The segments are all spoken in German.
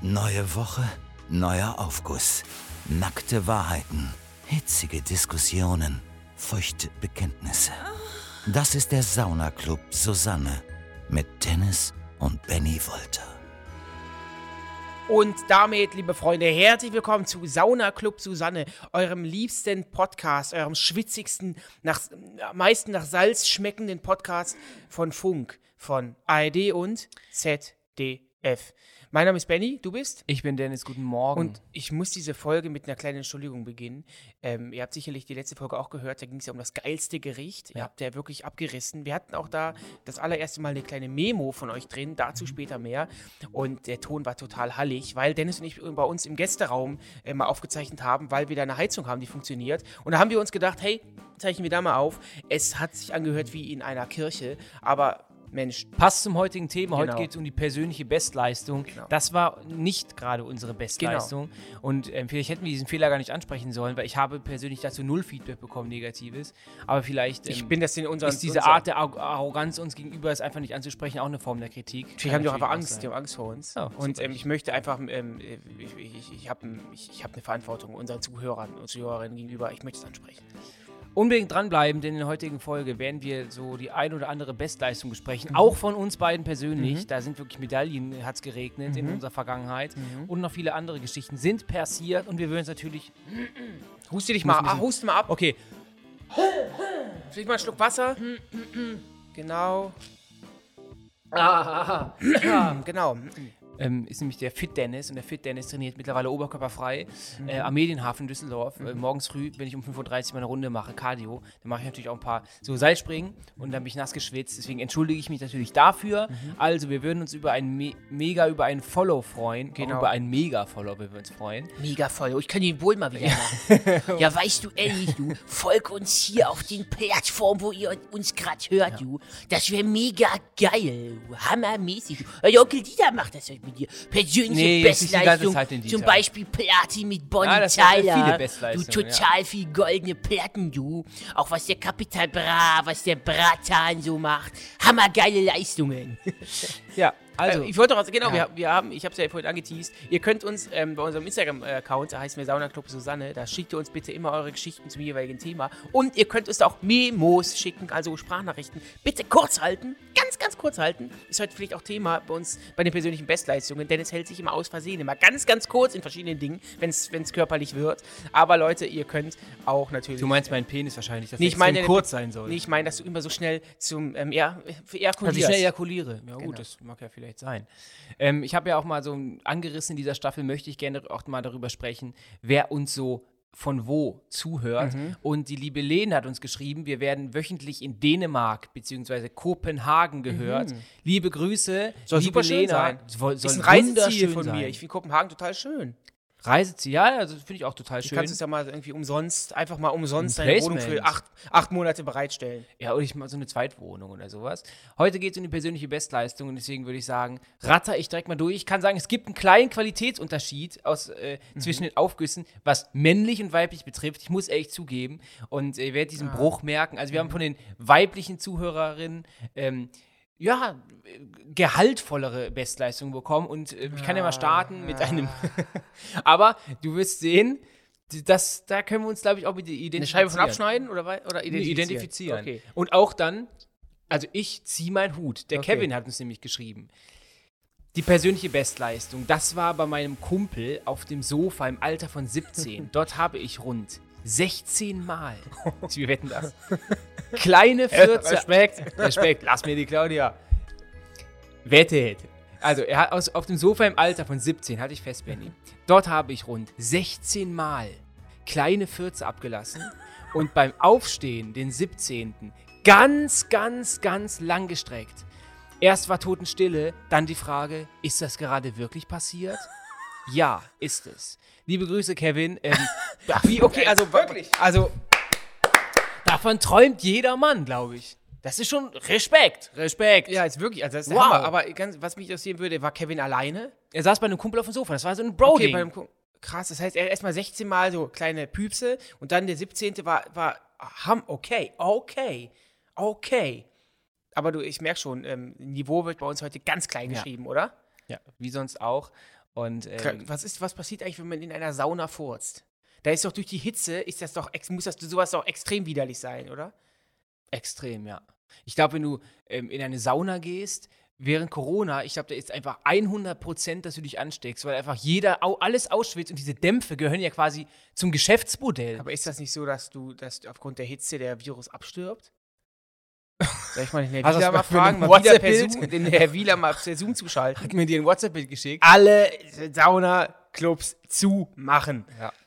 Neue Woche, neuer Aufguss. Nackte Wahrheiten, hitzige Diskussionen, feuchte Bekenntnisse. Das ist der Saunaclub Susanne mit Dennis und Benny Wolter. Und damit, liebe Freunde, herzlich willkommen zu Saunaclub Susanne, eurem liebsten Podcast, eurem schwitzigsten, am meisten nach Salz schmeckenden Podcast von Funk, von ARD und ZDF. Mein Name ist Benny, du bist? Ich bin Dennis, guten Morgen. Und ich muss diese Folge mit einer kleinen Entschuldigung beginnen. Ihr habt sicherlich die letzte Folge auch gehört, da ging es ja um das geilste Gericht. Ja. Ihr habt ja wirklich abgerissen. Wir hatten auch da das allererste Mal eine kleine Memo von euch drin, dazu später mehr. Und der Ton war total hallig, weil Dennis und ich bei uns im Gästeraum mal aufgezeichnet haben, weil wir da eine Heizung haben, die funktioniert. Und da haben wir uns gedacht, hey, zeichnen wir da mal auf. Es hat sich angehört wie in einer Kirche, aber Mensch, passt zum heutigen Thema. Genau. Heute geht es um die persönliche Bestleistung. Genau. Das war nicht gerade unsere Bestleistung. Genau. Und vielleicht hätten wir diesen Fehler gar nicht ansprechen sollen, weil ich habe persönlich dazu 0 Feedback bekommen, Negatives. Aber vielleicht ich bin das in ist diese Art der Arroganz uns gegenüber, es einfach nicht anzusprechen, auch eine Form der Kritik. Vielleicht haben die auch einfach Angst. Die haben Angst vor uns. Ja, und ich möchte einfach, ich habe eine Verantwortung unseren Zuhörern und Zuhörerinnen gegenüber. Ich möchte es ansprechen. Unbedingt dranbleiben, denn in der heutigen Folge werden wir so die ein oder andere Bestleistung besprechen. Auch von uns beiden persönlich. Da sind wirklich Medaillen, hat es geregnet in unserer Vergangenheit. Und noch viele andere Geschichten sind passiert. Und wir würden es natürlich... Huste mal ab. Okay. Trink mal einen Schluck Wasser. Genau. Genau. Ist nämlich der Fit Dennis und der Fit Dennis trainiert mittlerweile oberkörperfrei am Medienhafen in Düsseldorf. Morgens früh, wenn ich um 5.30 Uhr meine Runde mache, Cardio, dann mache ich natürlich auch ein paar so Seilspringen und dann bin ich nass geschwitzt. Deswegen entschuldige ich mich natürlich dafür. Also wir würden uns über einen über einen Follow freuen. Genau. Auch über einen Mega-Follow würden wir uns freuen. Mega-Follow, ich kann ihn wohl mal wieder machen. Ja, weißt du, ehrlich, du, folg uns hier auf den Plattformen, wo ihr uns gerade hört, du. Das wäre mega geil, du. Hammermäßig. Ja, Onkel Dieter macht das heute mit dir. Persönliche Bestleistung, zum Beispiel Platin mit Bonnie Tyler. Du, total viel goldene Platten, du. Auch was der Capital Bra, was der Bratan so macht. Hammergeile Leistungen. Ja. Also, ich wollte doch, genau, ja. ich habe es ja vorhin angeteased, ihr könnt uns bei unserem Instagram-Account, da heißen wir Saunaclub Susanne, da schickt ihr uns bitte immer eure Geschichten zum jeweiligen Thema und ihr könnt uns da auch Memos schicken, also Sprachnachrichten, bitte kurz halten, ganz kurz halten, ist heute vielleicht auch Thema bei uns, bei den persönlichen Bestleistungen, denn es hält sich immer aus Versehen, immer ganz kurz in verschiedenen Dingen, wenn es körperlich wird, aber Leute, ihr könnt auch natürlich... Du meinst meinen Penis wahrscheinlich, dass er kurz sein soll. Nee, ich meine, dass du immer so schnell zum, ejakulierst. Dass ich schnell ejakuliere, ja gut, genau. Das mag ja vielleicht sein. Ich habe ja auch mal so angerissen in dieser Staffel, möchte ich gerne auch mal darüber sprechen, wer uns so von wo zuhört. Und die liebe Lene hat uns geschrieben, wir werden wöchentlich in Dänemark bzw. Kopenhagen gehört. Liebe Grüße, soll liebe super schön Lena. sein. Soll ist ein Reiseziel von sein. mir. Ich finde Kopenhagen total schön. Reiseziel, ja, also finde ich auch total schön. Du kannst es ja mal irgendwie einfach mal umsonst deine Wohnung für 8 Monate bereitstellen. Ja, oder ich mal so eine Zweitwohnung oder sowas. Heute geht es um die persönliche Bestleistung und deswegen würde ich sagen, ratter ich direkt mal durch. Ich kann sagen, es gibt einen kleinen Qualitätsunterschied zwischen den Aufgüssen, was männlich und weiblich betrifft. Ich muss ehrlich zugeben und ihr werdet diesen Bruch merken. Also wir haben von den weiblichen Zuhörerinnen gehaltvollere Bestleistungen bekommen und ich kann ja mal starten mit einem, aber du wirst sehen, da können wir uns, glaube ich, auch mit identifizieren. Eine Scheibe von abschneiden oder identifizieren. Okay. Und auch dann, also ich ziehe meinen Hut. Der Okay. Kevin hat uns nämlich geschrieben. Die persönliche Bestleistung, das war bei meinem Kumpel auf dem Sofa im Alter von 17. Dort habe ich rund 16 Mal, wir wetten das, kleine 14... Respekt, lass mir die Claudia. Wettet. Also, er hat auf dem Sofa im Alter von 17, hatte ich fest, Benny. Dort habe ich rund 16 Mal kleine Fürze abgelassen und beim Aufstehen, den 17., ganz lang gestreckt. Erst war Totenstille, dann die Frage, ist das gerade wirklich passiert? Ja, ist es. Liebe Grüße, Kevin. Okay, also wirklich. Also, davon träumt jeder Mann, glaube ich. Das ist schon Respekt. Ja, ist wirklich, also das ist wow. Hammer. Aber was mich interessieren würde, war Kevin alleine? Er saß bei einem Kumpel auf dem Sofa, das war so ein Bro-Ding. Okay, krass, das heißt, er erstmal 16 Mal so kleine Püpse und dann der 17. war okay. Aber ich merke schon, Niveau wird bei uns heute ganz klein geschrieben, oder? Ja, wie sonst auch. Und Was passiert eigentlich, wenn man in einer Sauna furzt? Da ist doch durch die Hitze, muss das sowas doch extrem widerlich sein, oder? extrem, ja. Ich glaube, wenn du in eine Sauna gehst, während Corona, ich glaube, da ist einfach 100%, dass du dich ansteckst, weil einfach alles ausschwitzt und diese Dämpfe gehören ja quasi zum Geschäftsmodell. Aber ist das nicht so, dass aufgrund der Hitze der Virus abstirbt? Soll ich mal den Herr Wieler mal fragen, den Herr Wieler mal per Zoom zuschalten? Hat mir dir ein WhatsApp-Bild geschickt. Alle Sauna-Clubs zumachen.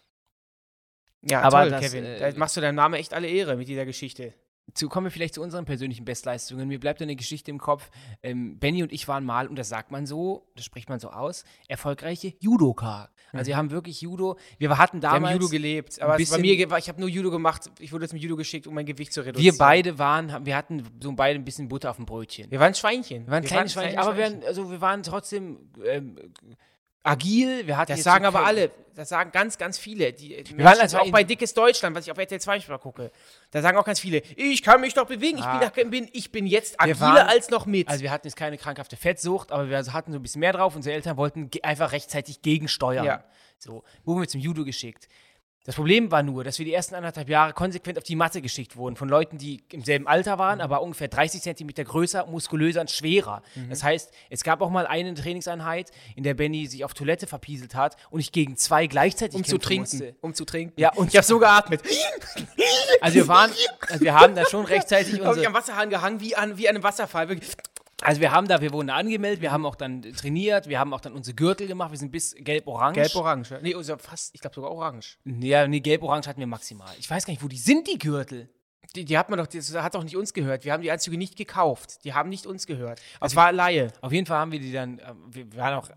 Ja, Aber toll, Kevin. Da machst du deinem Namen echt alle Ehre mit dieser Geschichte. Kommen wir vielleicht zu unseren persönlichen Bestleistungen. Mir bleibt eine Geschichte im Kopf. Benny und ich waren mal, und das sagt man so, das spricht man so aus, erfolgreiche Judoka. Also wir haben wirklich Judo, wir hatten damals... Wir haben Judo gelebt, aber bei mir, ich habe nur Judo gemacht, ich wurde zum Judo geschickt, um mein Gewicht zu reduzieren. Wir hatten so beide ein bisschen Butter auf dem Brötchen. Wir waren Schweinchen. Wir waren kleine Schweinchen, aber wir waren trotzdem agil. Das sagen aber alle, das sagen ganz, ganz viele. Wir waren also auch bei Dickes Deutschland, was ich auf RTL 2 mal gucke. Da sagen auch ganz viele, ich kann mich doch bewegen, ich bin jetzt agiler als noch mit. Also wir hatten jetzt keine krankhafte Fettsucht, aber wir hatten so ein bisschen mehr drauf. Unsere Eltern wollten einfach rechtzeitig gegensteuern. Ja. So, wurden wir zum Judo geschickt. Das Problem war nur, dass wir die ersten 1,5 Jahre konsequent auf die Matte geschickt wurden. Von Leuten, die im selben Alter waren, aber ungefähr 30 Zentimeter größer, muskulöser und schwerer. Das heißt, es gab auch mal eine Trainingseinheit, in der Benny sich auf Toilette verpieselt hat und ich gegen 2 gleichzeitig kämpfen musste. Um zu trinken. Ja, und ich habe so geatmet. Also wir haben da schon rechtzeitig unsere... Ich am Wasserhahn gehangen, wie an einem Wasserfall. Also wir wurden angemeldet, wir haben auch dann trainiert, wir haben auch dann unsere Gürtel gemacht, wir sind bis gelb-orange. Gelb-orange, ja. Nee, also fast, ich glaube sogar orange. Ja, nee, gelb-orange hatten wir maximal. Ich weiß gar nicht, wo die sind, die Gürtel. Die hat man doch, das hat doch nicht uns gehört. Wir haben die Anzüge nicht gekauft. Die haben nicht uns gehört. Das war Laie. Auf jeden Fall haben wir die dann, wir waren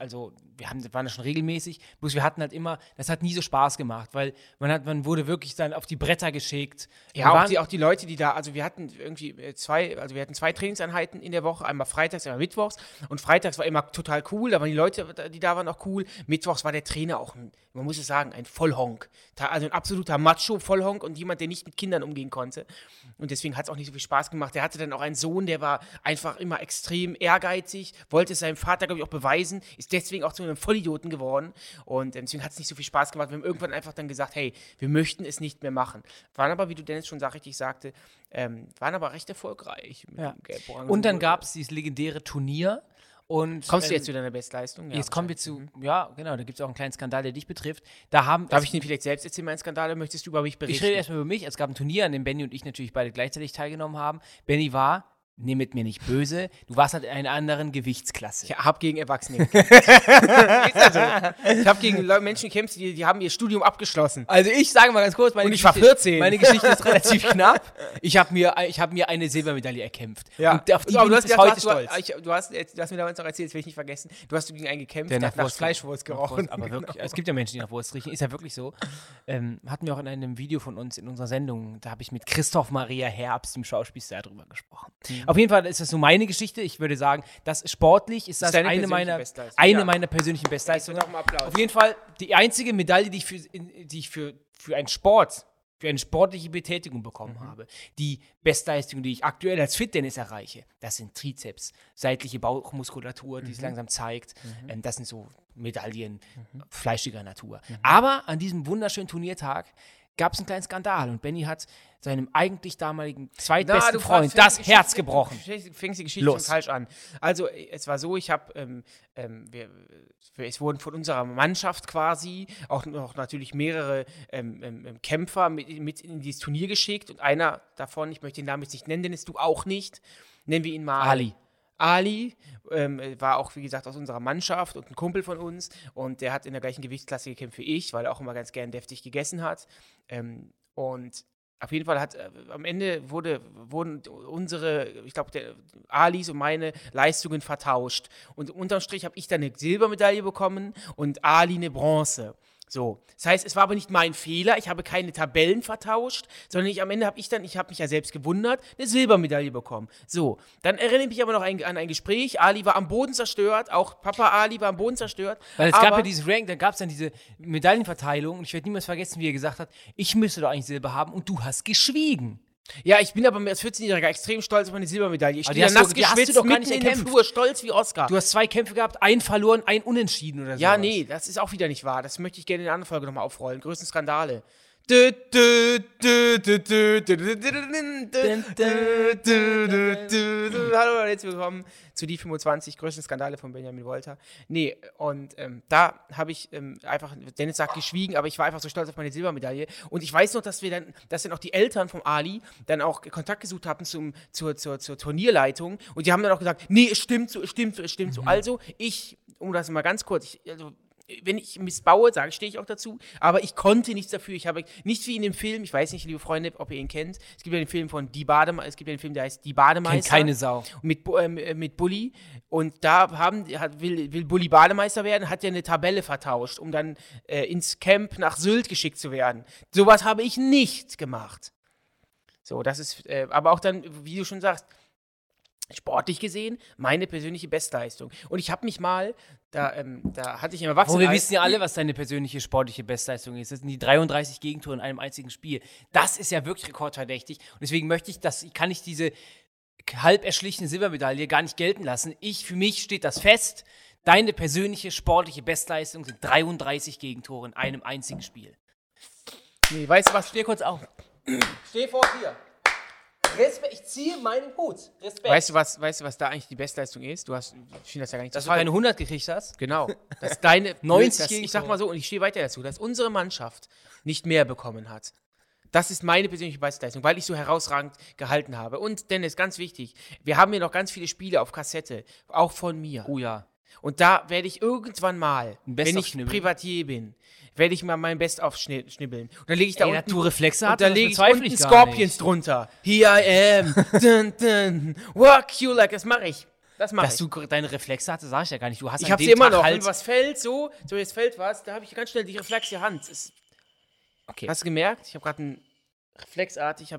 da schon regelmäßig, bloß wir hatten halt immer, das hat nie so Spaß gemacht, weil man wurde wirklich dann auf die Bretter geschickt. Ja, auch die Leute, die da, also wir hatten irgendwie zwei Trainingseinheiten in der Woche, einmal freitags, einmal mittwochs, und freitags war immer total cool, da waren die Leute, die da waren, auch cool. Mittwochs war der Trainer auch, man muss es sagen, ein Vollhonk. Also ein absoluter Macho-Vollhonk und jemand, der nicht mit Kindern umgehen konnte. Und deswegen hat es auch nicht so viel Spaß gemacht. Der hatte dann auch einen Sohn, der war einfach immer extrem ehrgeizig, wollte es seinem Vater, glaube ich, auch beweisen, ist deswegen auch zu einem Vollidioten geworden. Und deswegen hat es nicht so viel Spaß gemacht. Wir haben irgendwann einfach dann gesagt, hey, wir möchten es nicht mehr machen. Waren aber, wie du Dennis schon richtig sagte, waren aber recht erfolgreich. Und dann gab es dieses legendäre Turnier. Und, kommst du jetzt zu deiner Bestleistung? Ja, jetzt kommen wir zu, ja, genau, da gibt es auch einen kleinen Skandal, der dich betrifft. Darf ich den vielleicht selbst erzählen, meinen Skandal, oder möchtest du über mich berichten? Ich rede erstmal über mich. Es gab ein Turnier, an dem Benny und ich natürlich beide gleichzeitig teilgenommen haben. Benny war, nimm mit mir nicht böse, du warst halt in einer anderen Gewichtsklasse. Ich habe gegen Erwachsene gekämpft. Ich habe gegen Menschen gekämpft, die haben ihr Studium abgeschlossen. Also ich sage mal ganz kurz, ich war 14. Meine Geschichte ist relativ knapp. Ich hab mir eine Silbermedaille erkämpft. Ja. Und auf die bin ich bis heute stolz. Du hast mir damals noch erzählt, das will ich nicht vergessen, du hast gegen einen gekämpft, der nach Fleischwurst gerochen. Aber wirklich, es gibt ja Menschen, die nach Wurst riechen, ist ja wirklich so. Hatten wir auch in einem Video von uns in unserer Sendung, da habe ich mit Christoph Maria Herbst, dem Schauspielstar, darüber gesprochen. Auf jeden Fall ist das so meine Geschichte. Ich würde sagen, das sportlich ist das eine meiner persönlichen Bestleistungen. Auf jeden Fall die einzige Medaille, die ich für einen Sport, für eine sportliche Betätigung bekommen habe. Die Bestleistung, die ich aktuell als Fit-Dennis erreiche, das sind Trizeps, seitliche Bauchmuskulatur, die es langsam zeigt. Das sind so Medaillen fleischiger Natur. Aber an diesem wunderschönen Turniertag gab es einen kleinen Skandal und Benny hat seinem eigentlich damaligen zweitbesten Freund das Herz gebrochen. Du fängst die Geschichte schon falsch an. Also, es war so, es wurden von unserer Mannschaft quasi auch noch natürlich mehrere Kämpfer mit in dieses Turnier geschickt und einer davon, ich möchte den Namen jetzt nicht nennen, Dennis, du auch nicht, nennen wir ihn mal Ali war auch, wie gesagt, aus unserer Mannschaft und ein Kumpel von uns und der hat in der gleichen Gewichtsklasse gekämpft wie ich, weil er auch immer ganz gern deftig gegessen hat. Und auf jeden Fall am Ende wurden unsere, ich glaube, Alis und meine Leistungen vertauscht. Und unterm Strich habe ich dann eine Silbermedaille bekommen und Ali eine Bronze. So, das heißt, es war aber nicht mein Fehler, ich habe keine Tabellen vertauscht, sondern am Ende habe ich mich ja selbst gewundert, eine Silbermedaille bekommen. So, dann erinnere ich mich aber noch an ein Gespräch, Ali war am Boden zerstört, auch Papa Ali war am Boden zerstört. Weil es gab ja dieses Rank, da gab es dann diese Medaillenverteilung und ich werde niemals vergessen, wie er gesagt hat, ich müsste doch eigentlich Silber haben und du hast geschwiegen. Ja, ich bin aber als 14-Jähriger extrem stolz auf meine Silbermedaille. Ich Aber stehe die da hast nass du doch geschwitzt gar nicht mitten in dem erkämpft. Flur, stolz wie Oscar. Du hast 2 Kämpfe gehabt, einen verloren, einen unentschieden oder so. Ja, nee, das ist auch wieder nicht wahr. Das möchte ich gerne in der anderen Folge nochmal aufrollen. Größten Skandale. Hallo, herzlich willkommen zu die 25 größten Skandale von Benjamin Wolter. Nee, und da habe ich einfach, Dennis sagt geschwiegen, aber ich war einfach so stolz auf meine Silbermedaille. Und ich weiß noch, dass dann auch die Eltern vom Ali dann auch Kontakt gesucht hatten zur Turnierleitung. Und die haben dann auch gesagt, nee, es stimmt so. Also um das mal ganz kurz, wenn ich missbaue, stehe ich auch dazu, aber ich konnte nichts dafür. Ich habe nicht wie in dem Film, ich weiß nicht, liebe Freunde, ob ihr ihn kennt, es gibt ja den Film von es gibt ja den Film, der heißt Die Bademeister. Kennt keine Sau. Mit Bully. Und da will Bully Bademeister werden, hat ja eine Tabelle vertauscht, um dann ins Camp nach Sylt geschickt zu werden. Sowas habe ich nicht gemacht. So, das ist, aber auch dann, wie du schon sagst, sportlich gesehen, meine persönliche Bestleistung. Und ich habe mich mal, da hatte ich im Erwachsenen... Wir wissen ja alle, was deine persönliche sportliche Bestleistung ist. Das sind die 33 Gegentore in einem einzigen Spiel. Das ist ja wirklich rekordverdächtig. Und deswegen kann ich diese halb erschlichene Silbermedaille gar nicht gelten lassen. Für mich steht das fest. Deine persönliche sportliche Bestleistung sind 33 Gegentore in einem einzigen Spiel. Nee, weißt du was? Steh kurz auf. Steh vor dir. Respekt, ich ziehe meinen Hut. Respekt. Weißt du, was da eigentlich die Bestleistung ist? Ich finde das ja gar nicht Dass so du keine 100 gekriegt hast? Genau. Das ist deine 90 das, Gegentore. ich sag mal so, und ich stehe weiter dazu, dass unsere Mannschaft nicht mehr bekommen hat. Das ist meine persönliche Bestleistung, weil ich so herausragend gehalten habe. Und Dennis, ganz wichtig, wir haben hier noch ganz viele Spiele auf Kassette, auch von mir. Oh ja. Und da werde ich irgendwann mal, wenn ich Best-of-Schnibbeln. Privatier bin, werde ich mal mein Best-of schnibbeln. Und dann lege ich da Ey, unten... du Reflexe hast, und da das lege ich bezweifle unten ich gar Scorpions nicht. drunter. Here I am. Dun, dun. Work you like... Das mache ich. Dass du deine Reflexe hatte, sag ich ja gar nicht. Du hast Ich an habe dem sie immer Tag noch. halt Wenn was fällt, so jetzt fällt was, da habe ich ganz schnell die reflexe Hand. Okay. Hast du gemerkt? Ich habe gerade reflexartig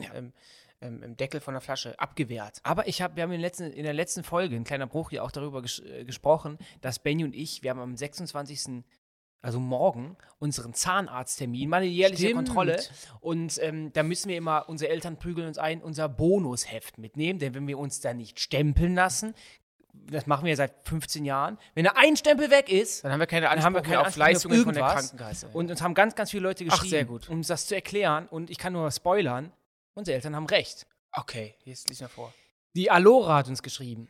einen Deckel von der Flasche abgewehrt. Aber wir haben in der letzten Folge, ein kleiner Bruch hier auch darüber gesprochen, dass Benny und ich, wir haben am 26., also morgen, unseren Zahnarzttermin, meine jährliche Stimmt. Kontrolle. Und da müssen wir immer, unsere Eltern prügeln uns ein, unser Bonusheft mitnehmen, denn wenn wir uns da nicht stempeln lassen, das machen wir seit 15 Jahren, wenn da ein Stempel weg ist, Dann haben wir keine dann haben wir Ansprüche keine auf Leistungen von der irgendwas. Krankenkasse. Und uns haben ganz, ganz viele Leute geschrieben, sehr gut. um uns das zu erklären. Und ich kann nur spoilern, unsere Eltern haben recht. Okay, jetzt lies mal vor. Die Alora hat uns geschrieben.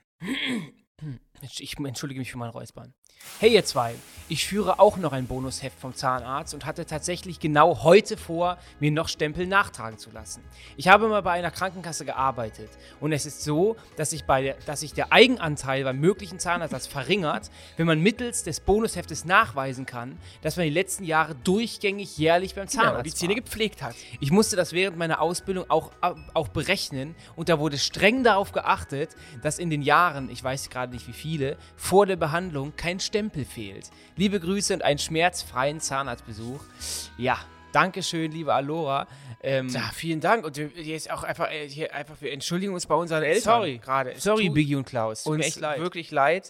Ich entschuldige mich für mein Räuspern. Hey ihr zwei, ich führe auch noch ein Bonusheft vom Zahnarzt und hatte tatsächlich genau heute vor, mir noch Stempel nachtragen zu lassen. Ich habe mal bei einer Krankenkasse gearbeitet und es ist so, dass sich der Eigenanteil beim möglichen Zahnersatz verringert, wenn man mittels des Bonusheftes nachweisen kann, dass man die letzten Jahre durchgängig jährlich beim Zahnarzt die Zähne war. gepflegt hat. Ich musste das während meiner Ausbildung auch berechnen und da wurde streng darauf geachtet, dass in den Jahren, ich weiß gerade nicht wie viele, vor der Behandlung kein Stempel fehlt. Liebe Grüße und einen schmerzfreien Zahnarztbesuch. Ja, Dankeschön, liebe Alora. Ja, vielen Dank. Und jetzt auch wir entschuldigen uns bei unseren Eltern. Sorry. Gerade. Es Sorry, tut Biggie und Klaus. Tut uns mir echt leid. wirklich leid.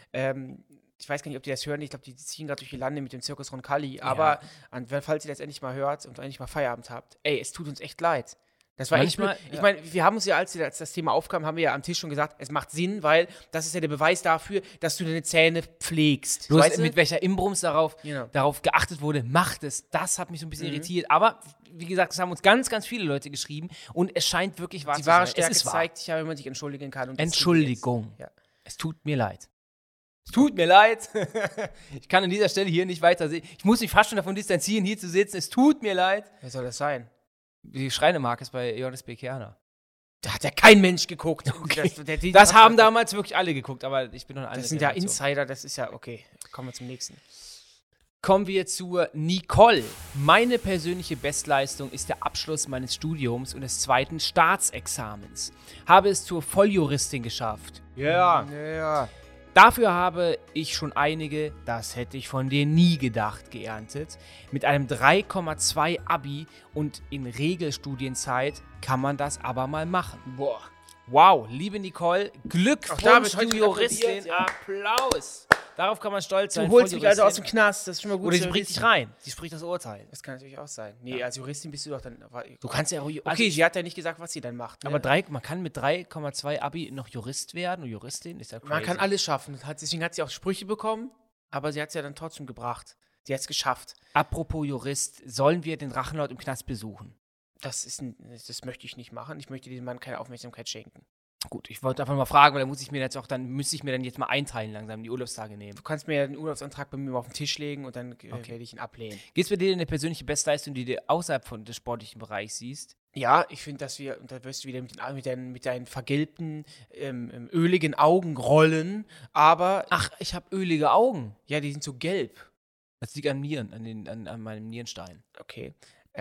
Ich weiß gar nicht, ob die das hören. Ich glaube, die ziehen gerade durch die Lande mit dem Zirkus Roncalli. Aber falls ihr das endlich mal hört und endlich mal Feierabend habt, es tut uns echt leid. Das war Manchmal, echt blöd. Ich meine, wir haben uns ja, als das Thema aufkam, haben wir ja am Tisch schon gesagt, es macht Sinn, weil das ist ja der Beweis dafür, dass du deine Zähne pflegst. Bloß Weißt du? mit welcher Imbrums darauf geachtet wurde, macht es. Das hat mich so ein bisschen irritiert. Aber, wie gesagt, es haben uns ganz, ganz viele Leute geschrieben und es scheint wirklich wahr Die zu sein. wahre Es Stärke ist wahr. zeigt sich ja, wenn man sich entschuldigen kann. Und das Entschuldigung. tun wir jetzt. Ja. Es tut mir leid. Es tut mir leid. Ich kann an dieser Stelle hier nicht weiter sehen. Ich muss mich fast schon davon distanzieren, hier zu sitzen. Es tut mir leid. Wer soll das sein? Die Schreinemarke ist bei JSB Kerner. Da hat ja kein Mensch geguckt. Okay. Das Das haben damals wirklich alle geguckt, aber ich bin noch eine andere Das sind ja Generation. Insider, das ist ja okay. Kommen wir zum nächsten. Kommen wir zur Nicole. Meine persönliche Bestleistung ist der Abschluss meines Studiums und des zweiten Staatsexamens. Habe es zur Volljuristin geschafft. Ja. Dafür habe ich schon einige, das hätte ich von dir nie gedacht, geerntet. Mit einem 3,2 Abi und in Regelstudienzeit kann man das aber mal machen. Boah. Wow, liebe Nicole, Auch da Glückwunsch, wird heute du wieder Juristin. applaudiert, ja. Applaus. Darauf kann man stolz sein. Du holst mich also aus Volljuristin. dem Knast, das ist schon mal gut. Oder sie zu bringt dich wissen. rein. Sie spricht das Urteil. Das kann natürlich auch sein. Nee, als Juristin bist du doch dann... Du kannst ja... Okay, sie hat ja nicht gesagt, was sie dann macht. Ne? Aber man kann mit 3,2 Abi noch Jurist werden und Juristin. Ist ja crazy. Man kann alles schaffen. Deswegen hat sie auch Sprüche bekommen, aber sie hat es ja dann trotzdem gebracht. Sie hat es geschafft. Apropos Jurist, sollen wir den Drachenlord im Knast besuchen? Das möchte ich nicht machen. Ich möchte diesem Mann keine Aufmerksamkeit schenken. Gut, ich wollte einfach mal fragen, weil dann müsste ich mir dann jetzt mal einteilen langsam, die Urlaubstage nehmen. Du kannst mir ja den Urlaubsantrag bei mir auf den Tisch legen und dann werde ich ihn ablehnen. Gibt es bei dir eine persönliche Bestleistung, die du außerhalb des sportlichen Bereichs siehst? Ja, ich finde, und da wirst du wieder mit deinen vergilbten, öligen Augen rollen, aber, Ach, ich habe ölige Augen. ja, die sind so gelb. Das liegt an mir, an meinem Nierenstein. Okay.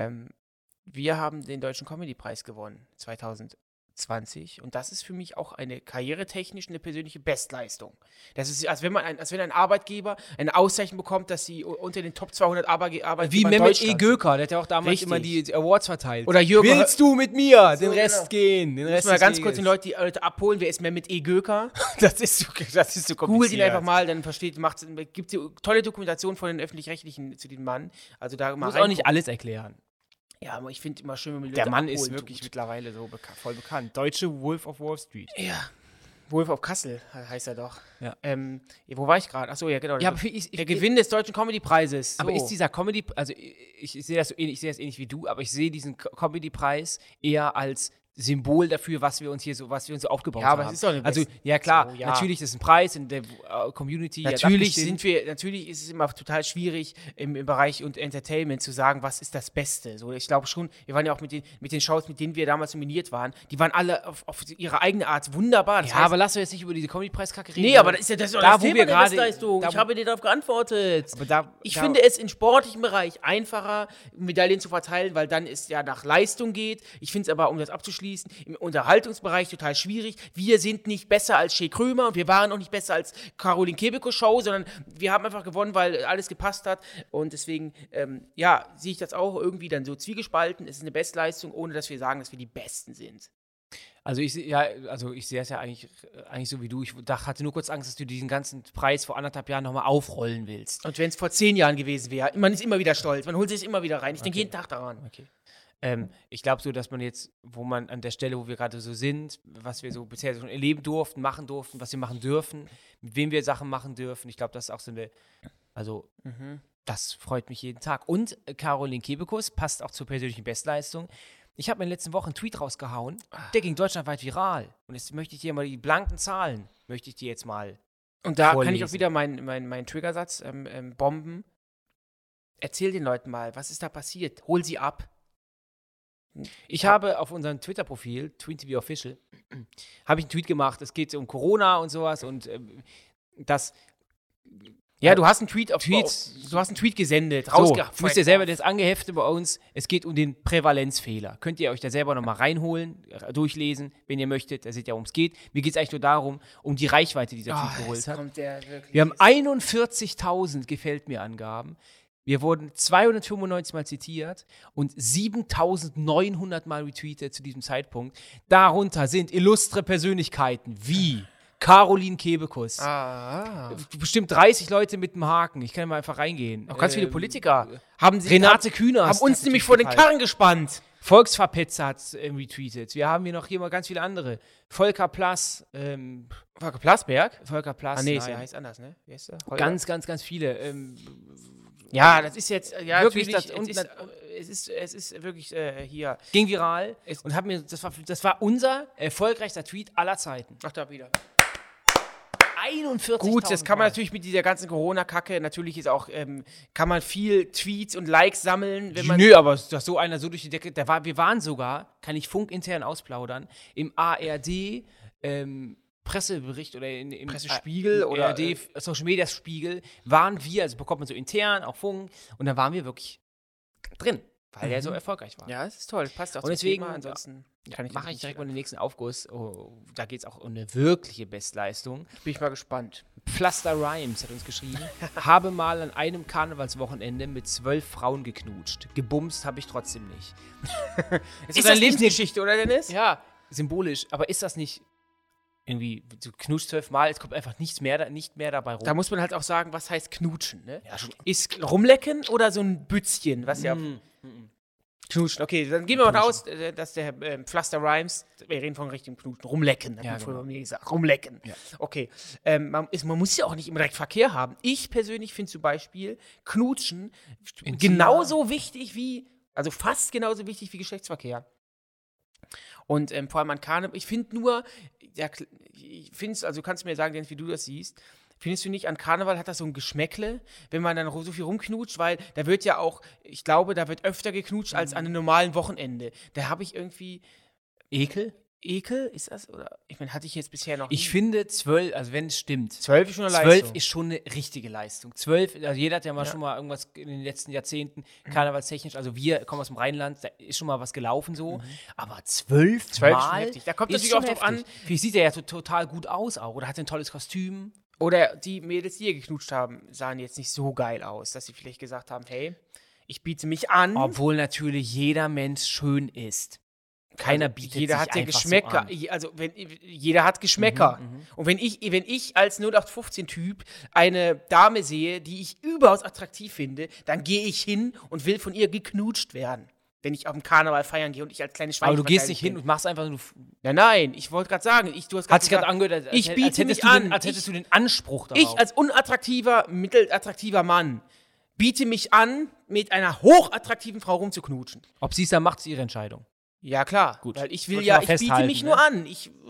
Wir haben den Deutschen Comedy-Preis gewonnen, 2020. Und das ist für mich auch eine karrieretechnisch eine persönliche Bestleistung. Das ist, als wenn ein Arbeitgeber eine Auszeichnung bekommt, dass sie unter den Top 200 Arbeitgeber Wie in Mehmet Deutschland sind. Göker, der hat ja auch damals Richtig. immer die Awards verteilt. Oder Jürgen Willst du mit mir den So, Rest genau. gehen? Den Muss Rest mal des ganz kurz Weges. die Leute abholen. Wer ist Mehmet Göker? Das ist so kompliziert. Googelt ihn einfach mal, dann gibt es tolle Dokumentation von den Öffentlich-Rechtlichen zu diesem Mann. Also da mal muss auch nicht alles erklären. Ja, aber ich finde immer schön, wenn man die Der Leute Mann ist abholen wirklich tut. mittlerweile so voll bekannt. Deutsche Wolf of Wall Street. Ja. Wolf auf Kassel heißt er doch. Ja. Wo war ich gerade? Achso, ja, genau. Ja, aber der Gewinn des Deutschen Comedy-Preises. So. Aber ist dieser Comedy, also ich sehe das so ähnlich, ich sehe das ähnlich wie du, aber ich sehe diesen Comedy-Preis eher als Symbol dafür, was wir uns so aufgebaut Ja, haben. aber es ist doch eine Also, Best- ja klar, so, ja. natürlich ist es ein Preis in der Community. Natürlich ist es immer total schwierig im Bereich und Entertainment zu sagen, was ist das Beste. So, ich glaube schon, wir waren ja auch mit den Shows, mit denen wir damals nominiert waren, die waren alle auf ihre eigene Art wunderbar. Das Ja, heißt, aber lass uns jetzt nicht über diese Comedy-Preiskacke reden. nee, aber das ist doch da, das wo Thema wir der gerade- Bestleistung. da, Ich habe dir darauf geantwortet. Aber Ich finde es im sportlichen Bereich einfacher, Medaillen zu verteilen, weil dann es ja nach Leistung geht. Ich finde es aber, um das abzuschließen, im Unterhaltungsbereich total schwierig. Wir sind nicht besser als Shea Krömer und wir waren auch nicht besser als Caroline Kebekus Show, sondern wir haben einfach gewonnen, weil alles gepasst hat. Und deswegen, sehe ich das auch irgendwie dann so zwiegespalten. Es ist eine Bestleistung, ohne dass wir sagen, dass wir die Besten sind. Also ich sehe es ja eigentlich so wie du. Ich hatte nur kurz Angst, dass du diesen ganzen Preis vor 1,5 Jahren nochmal aufrollen willst. Und wenn es vor 10 Jahren gewesen wäre, man ist immer wieder stolz, man holt sich immer wieder rein. Ich denke jeden Tag daran. Okay. Ich glaube so, dass man jetzt, wo man an der Stelle, wo wir gerade so sind, was wir so bisher schon erleben durften, machen durften, was wir machen dürfen, mit wem wir Sachen machen dürfen, ich glaube, das ist auch so das freut mich jeden Tag. Und Caroline Kebekus passt auch zur persönlichen Bestleistung. Ich habe in den letzten Wochen einen Tweet rausgehauen, der ging deutschlandweit viral. Und jetzt möchte ich dir mal die blanken Zahlen, möchte ich dir jetzt mal Und da kann ich vorlesen. auch wieder meinen Triggersatz bomben. Erzähl den Leuten mal, was ist da passiert? Hol sie ab. Ich habe auf unserem Twitter-Profil, TweenTV habe ich einen Tweet gemacht, es geht um Corona und sowas und das. Ja, du hast einen Tweet gesendet, So, du musst dir selber das angeheftet bei uns. Es geht um den Prävalenzfehler. Könnt ihr euch da selber nochmal reinholen, durchlesen, wenn ihr möchtet. Da seht ihr, worum es geht. Mir geht es eigentlich nur darum, um die Reichweite, die dieser Tweet geholt hat. Kommt der wirklich. Wir haben 41.000 Gefällt mir Angaben. Wir wurden 295 Mal zitiert und 7.900 Mal retweetet zu diesem Zeitpunkt. Darunter sind illustre Persönlichkeiten wie Caroline Kebekus. Bestimmt 30 Leute mit dem Haken. Ich kann mal einfach reingehen. Auch ganz viele Politiker haben Renate Künast haben uns hat nämlich sich vor den geteilt. Karren gespannt. Volksverpetzer hat es retweetet. Wir haben hier noch ganz viele andere. Volker Plass. Volker Plasberg? Volker Plass. Ah, nee, nein. der heißt anders, ne? Wie heißt der? Holger? Ganz, ganz, ganz viele. Ja, das ist jetzt, Wirklich, natürlich, das- es ist wirklich hier. Ging viral und das war unser erfolgreichster Tweet aller Zeiten. Ach, da wieder. 41. Gut, das kann man natürlich mit dieser ganzen Corona-Kacke, natürlich ist auch, kann man viel Tweets und Likes sammeln, wenn man. Nö, aber dass so einer so durch die Decke, wir waren sogar, kann ich funkintern ausplaudern, im ARD Pressebericht oder im Pressespiegel oder, ARD Social Media Spiegel waren wir, also bekommt man so intern, auch Funk, und da waren wir wirklich drin, weil der so erfolgreich war. Ja, das ist toll, das passt auch Und deswegen ansonsten kann ich mache das ich direkt nicht- mal den nächsten Aufguss. Oh, da geht es auch um eine wirkliche Bestleistung. Bin ich mal gespannt. Pflaster Rhymes hat uns geschrieben, habe mal an einem Karnevalswochenende mit 12 Frauen geknutscht. Gebumst habe ich trotzdem nicht. Ist das eine Lebensgeschichte, oder Dennis? Ja, symbolisch. Aber ist das nicht irgendwie, du knutschst 12-mal, es kommt einfach nicht mehr dabei rum. Da muss man halt auch sagen, was heißt knutschen, ne? Ja, schon. Ist rumlecken oder so ein Bützchen, was ja knutschen. Okay, dann gehen wir mal raus, dass der Pflaster Rhymes, wir reden von richtigem Knutschen, rumlecken, hat man früher bei mir gesagt, rumlecken. Ja. Okay, man muss ja auch nicht immer direkt Verkehr haben. Ich persönlich finde zum Beispiel Knutschen genauso wichtig wie, also fast genauso wichtig wie Geschlechtsverkehr. Und vor allem an Karneval, ich finde nur, ja, ich finde es, also du kannst mir sagen, Jens, wie du das siehst, findest du nicht, an Karneval hat das so ein Geschmäckle, wenn man dann so viel rumknutscht, weil da wird ja auch, ich glaube, da wird öfter geknutscht als an einem normalen Wochenende. Da habe ich irgendwie Ekel? Ist das? Oder, ich meine, hatte ich jetzt bisher noch Ich finde 12, also wenn es stimmt, 12 ist schon eine 12 Leistung. ist schon eine richtige Leistung. 12, also jeder hat ja mal schon mal irgendwas in den letzten Jahrzehnten karnevalstechnisch, also wir kommen aus dem Rheinland, da ist schon mal was gelaufen so, aber 12 12 ist schon Mal heftig. Da kommt ist natürlich auch schon drauf an. heftig. Vielleicht sieht er ja total gut aus auch oder hat ein tolles Kostüm. Oder die Mädels, die hier geknutscht haben, sahen jetzt nicht so geil aus, dass sie vielleicht gesagt haben, hey, ich biete mich an. Obwohl natürlich jeder Mensch schön ist. Keiner bietet jeder sich hat ja einfach Geschmäcker. so an. Also jeder hat Geschmäcker. Und wenn ich als 0815-Typ eine Dame sehe, die ich überaus attraktiv finde, dann gehe ich hin und will von ihr geknutscht werden. Wenn ich auf dem Karneval feiern gehe und ich als kleine Schweinchen. Aber du gehst nicht hin und machst einfach nur. Ja, nein, ich wollte gerade sagen, du hast Hat sich gerade gesagt, angehört, als, ich als, biete als hättest mich du an. Den, als hättest du den Anspruch darauf. Ich als unattraktiver, mittelattraktiver Mann biete mich an, mit einer hochattraktiven Frau rumzuknutschen. Ob sie es dann macht, ist ihre Entscheidung. Ja, klar. Gut. Weil ich will Wollte ja, mal ich biete festhalten, mich ne? nur an.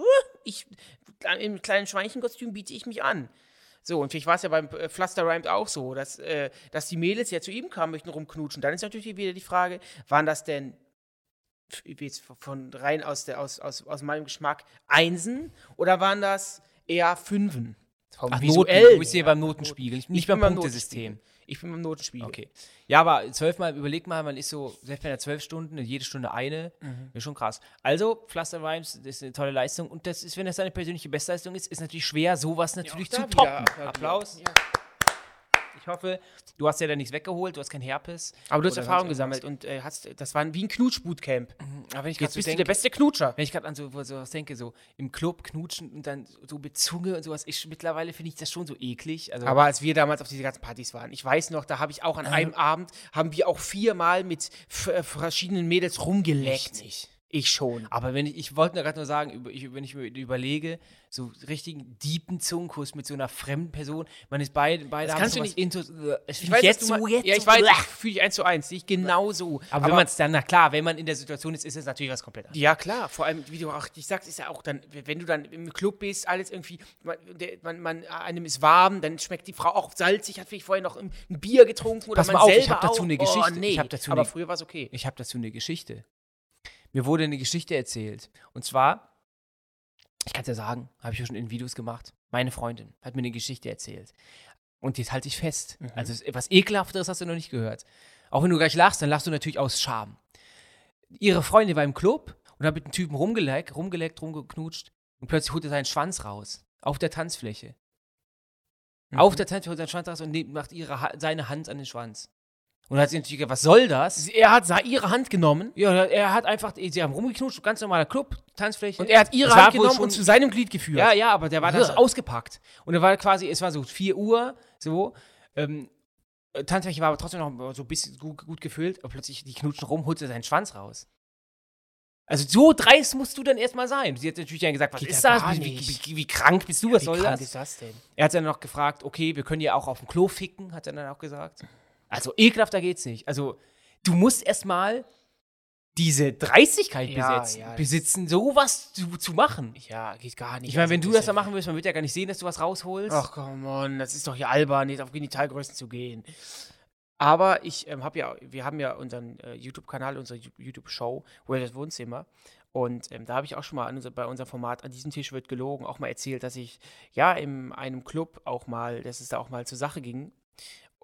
Im kleinen Schweinchenkostüm biete ich mich an. So, und vielleicht war es ja beim Pflaster Rhymes auch so, dass die Mädels ja zu ihm kamen, möchten rumknutschen. Dann ist natürlich wieder die Frage, waren das denn jetzt von rein aus meinem Geschmack Einsen oder waren das eher Fünfen? Ach, Visuell. Noten. Du bist hier beim Notenspiegel, nicht beim beim Punktesystem. Ich bin beim Notenspiegel. Okay. Ja, aber 12-mal, überleg mal, man ist so, selbst bei der 12 Stunden, jede Stunde eine, ist schon krass. Also, Pflaster Rhymes, das ist eine tolle Leistung und das ist, wenn das deine persönliche Bestleistung ist natürlich schwer, sowas natürlich auch zu da toppen. wieder Applaus. Ja. Ich hoffe, du hast ja da nichts weggeholt, du hast kein Herpes. Aber du hast Oder Erfahrung sonst gesammelt und das war wie ein Knutschbootcamp. Aber wenn ich Jetzt so bist du denke, der beste Knutscher. wenn ich gerade an sowas denke, so im Club knutschen und dann so mit Zunge und sowas, mittlerweile finde ich das schon so eklig. Also, Aber als wir damals auf diese ganzen Partys waren, ich weiß noch, da habe ich auch an einem Abend, haben wir auch 4-mal mit verschiedenen Mädels rumgeleckt. nicht. Ich schon. Aber ich wollte gerade nur sagen, wenn ich mir überlege, so richtigen deepen Zungenkuss mit so einer fremden Person, man ist beide Das haben kannst du sowas nicht. ich Ich weiß, jetzt dass du so, mal, jetzt ja, ich so, weiß, bleh. ich fühle dich 1:1, sehe ich genau so. Aber wenn man es dann, na klar, wenn man in der Situation ist, ist es natürlich was komplett anderes. Ja, klar, vor allem, wie du auch dich sagst, ist ja auch dann, wenn du dann im Club bist, alles irgendwie, einem ist warm, dann schmeckt die Frau auch salzig, hat vielleicht vorher noch ein Bier getrunken oder Pass man mal auf, selber ich habe dazu auch. eine Geschichte. Oh, nee. Ich hab dazu aber eine- früher war es okay. Ich habe dazu eine Geschichte. Mir wurde eine Geschichte erzählt. Und zwar, ich kann es ja sagen, habe ich ja schon in Videos gemacht. Meine Freundin hat mir eine Geschichte erzählt. Und jetzt halte ich fest. Also was Ekelhafteres hast du noch nicht gehört. Auch wenn du gleich lachst, dann lachst du natürlich aus Scham. Ihre Freundin war im Club und hat mit einem Typen rumgeleckt, rumgeknutscht und plötzlich holt er seinen Schwanz raus. Auf der Tanzfläche. Auf der Tanzfläche holt er seinen Schwanz raus und macht seine Hand an den Schwanz. Und dann hat sie natürlich gesagt, was soll das? Er hat ihre Hand genommen Ja, er hat einfach, sie haben rumgeknutscht, ganz normaler Club, Tanzfläche. und er hat ihre Es war Hand wohl genommen schon- und zu seinem Glied geführt. Ja, ja, aber der war dann so Ja. ausgepackt. Und er war quasi, es war so 4 Uhr, so, Tanzfläche war aber trotzdem noch so ein bisschen gut gefüllt, aber plötzlich, die knutschen rum, holt er seinen Schwanz raus. Also so dreist musst du dann erstmal sein. Sie hat natürlich dann gesagt, was Geht ist ja das? gar Wie nicht. wie krank bist du? Was Wie soll krank das? ist das denn? Er hat dann noch gefragt, okay, wir können ja auch auf dem Klo ficken, hat er dann auch gesagt. Also ekelhafter geht's nicht. Also du musst erstmal diese Dreistigkeit Ja, ja, besitzen, sowas zu machen. Ja, geht gar nicht. Ich meine, wenn Also, du das da machen willst, man wird ja gar nicht sehen, dass du was rausholst. Ach komm on, das ist doch hier albern, jetzt auf Genitalgrößen zu gehen. Aber wir haben ja unseren YouTube-Kanal, unsere YouTube-Show, das Wohnzimmer. Und da habe ich auch schon mal bei unserem Format An diesem Tisch wird gelogen auch mal erzählt, dass ich ja in einem Club auch mal, dass es da auch mal zur Sache ging.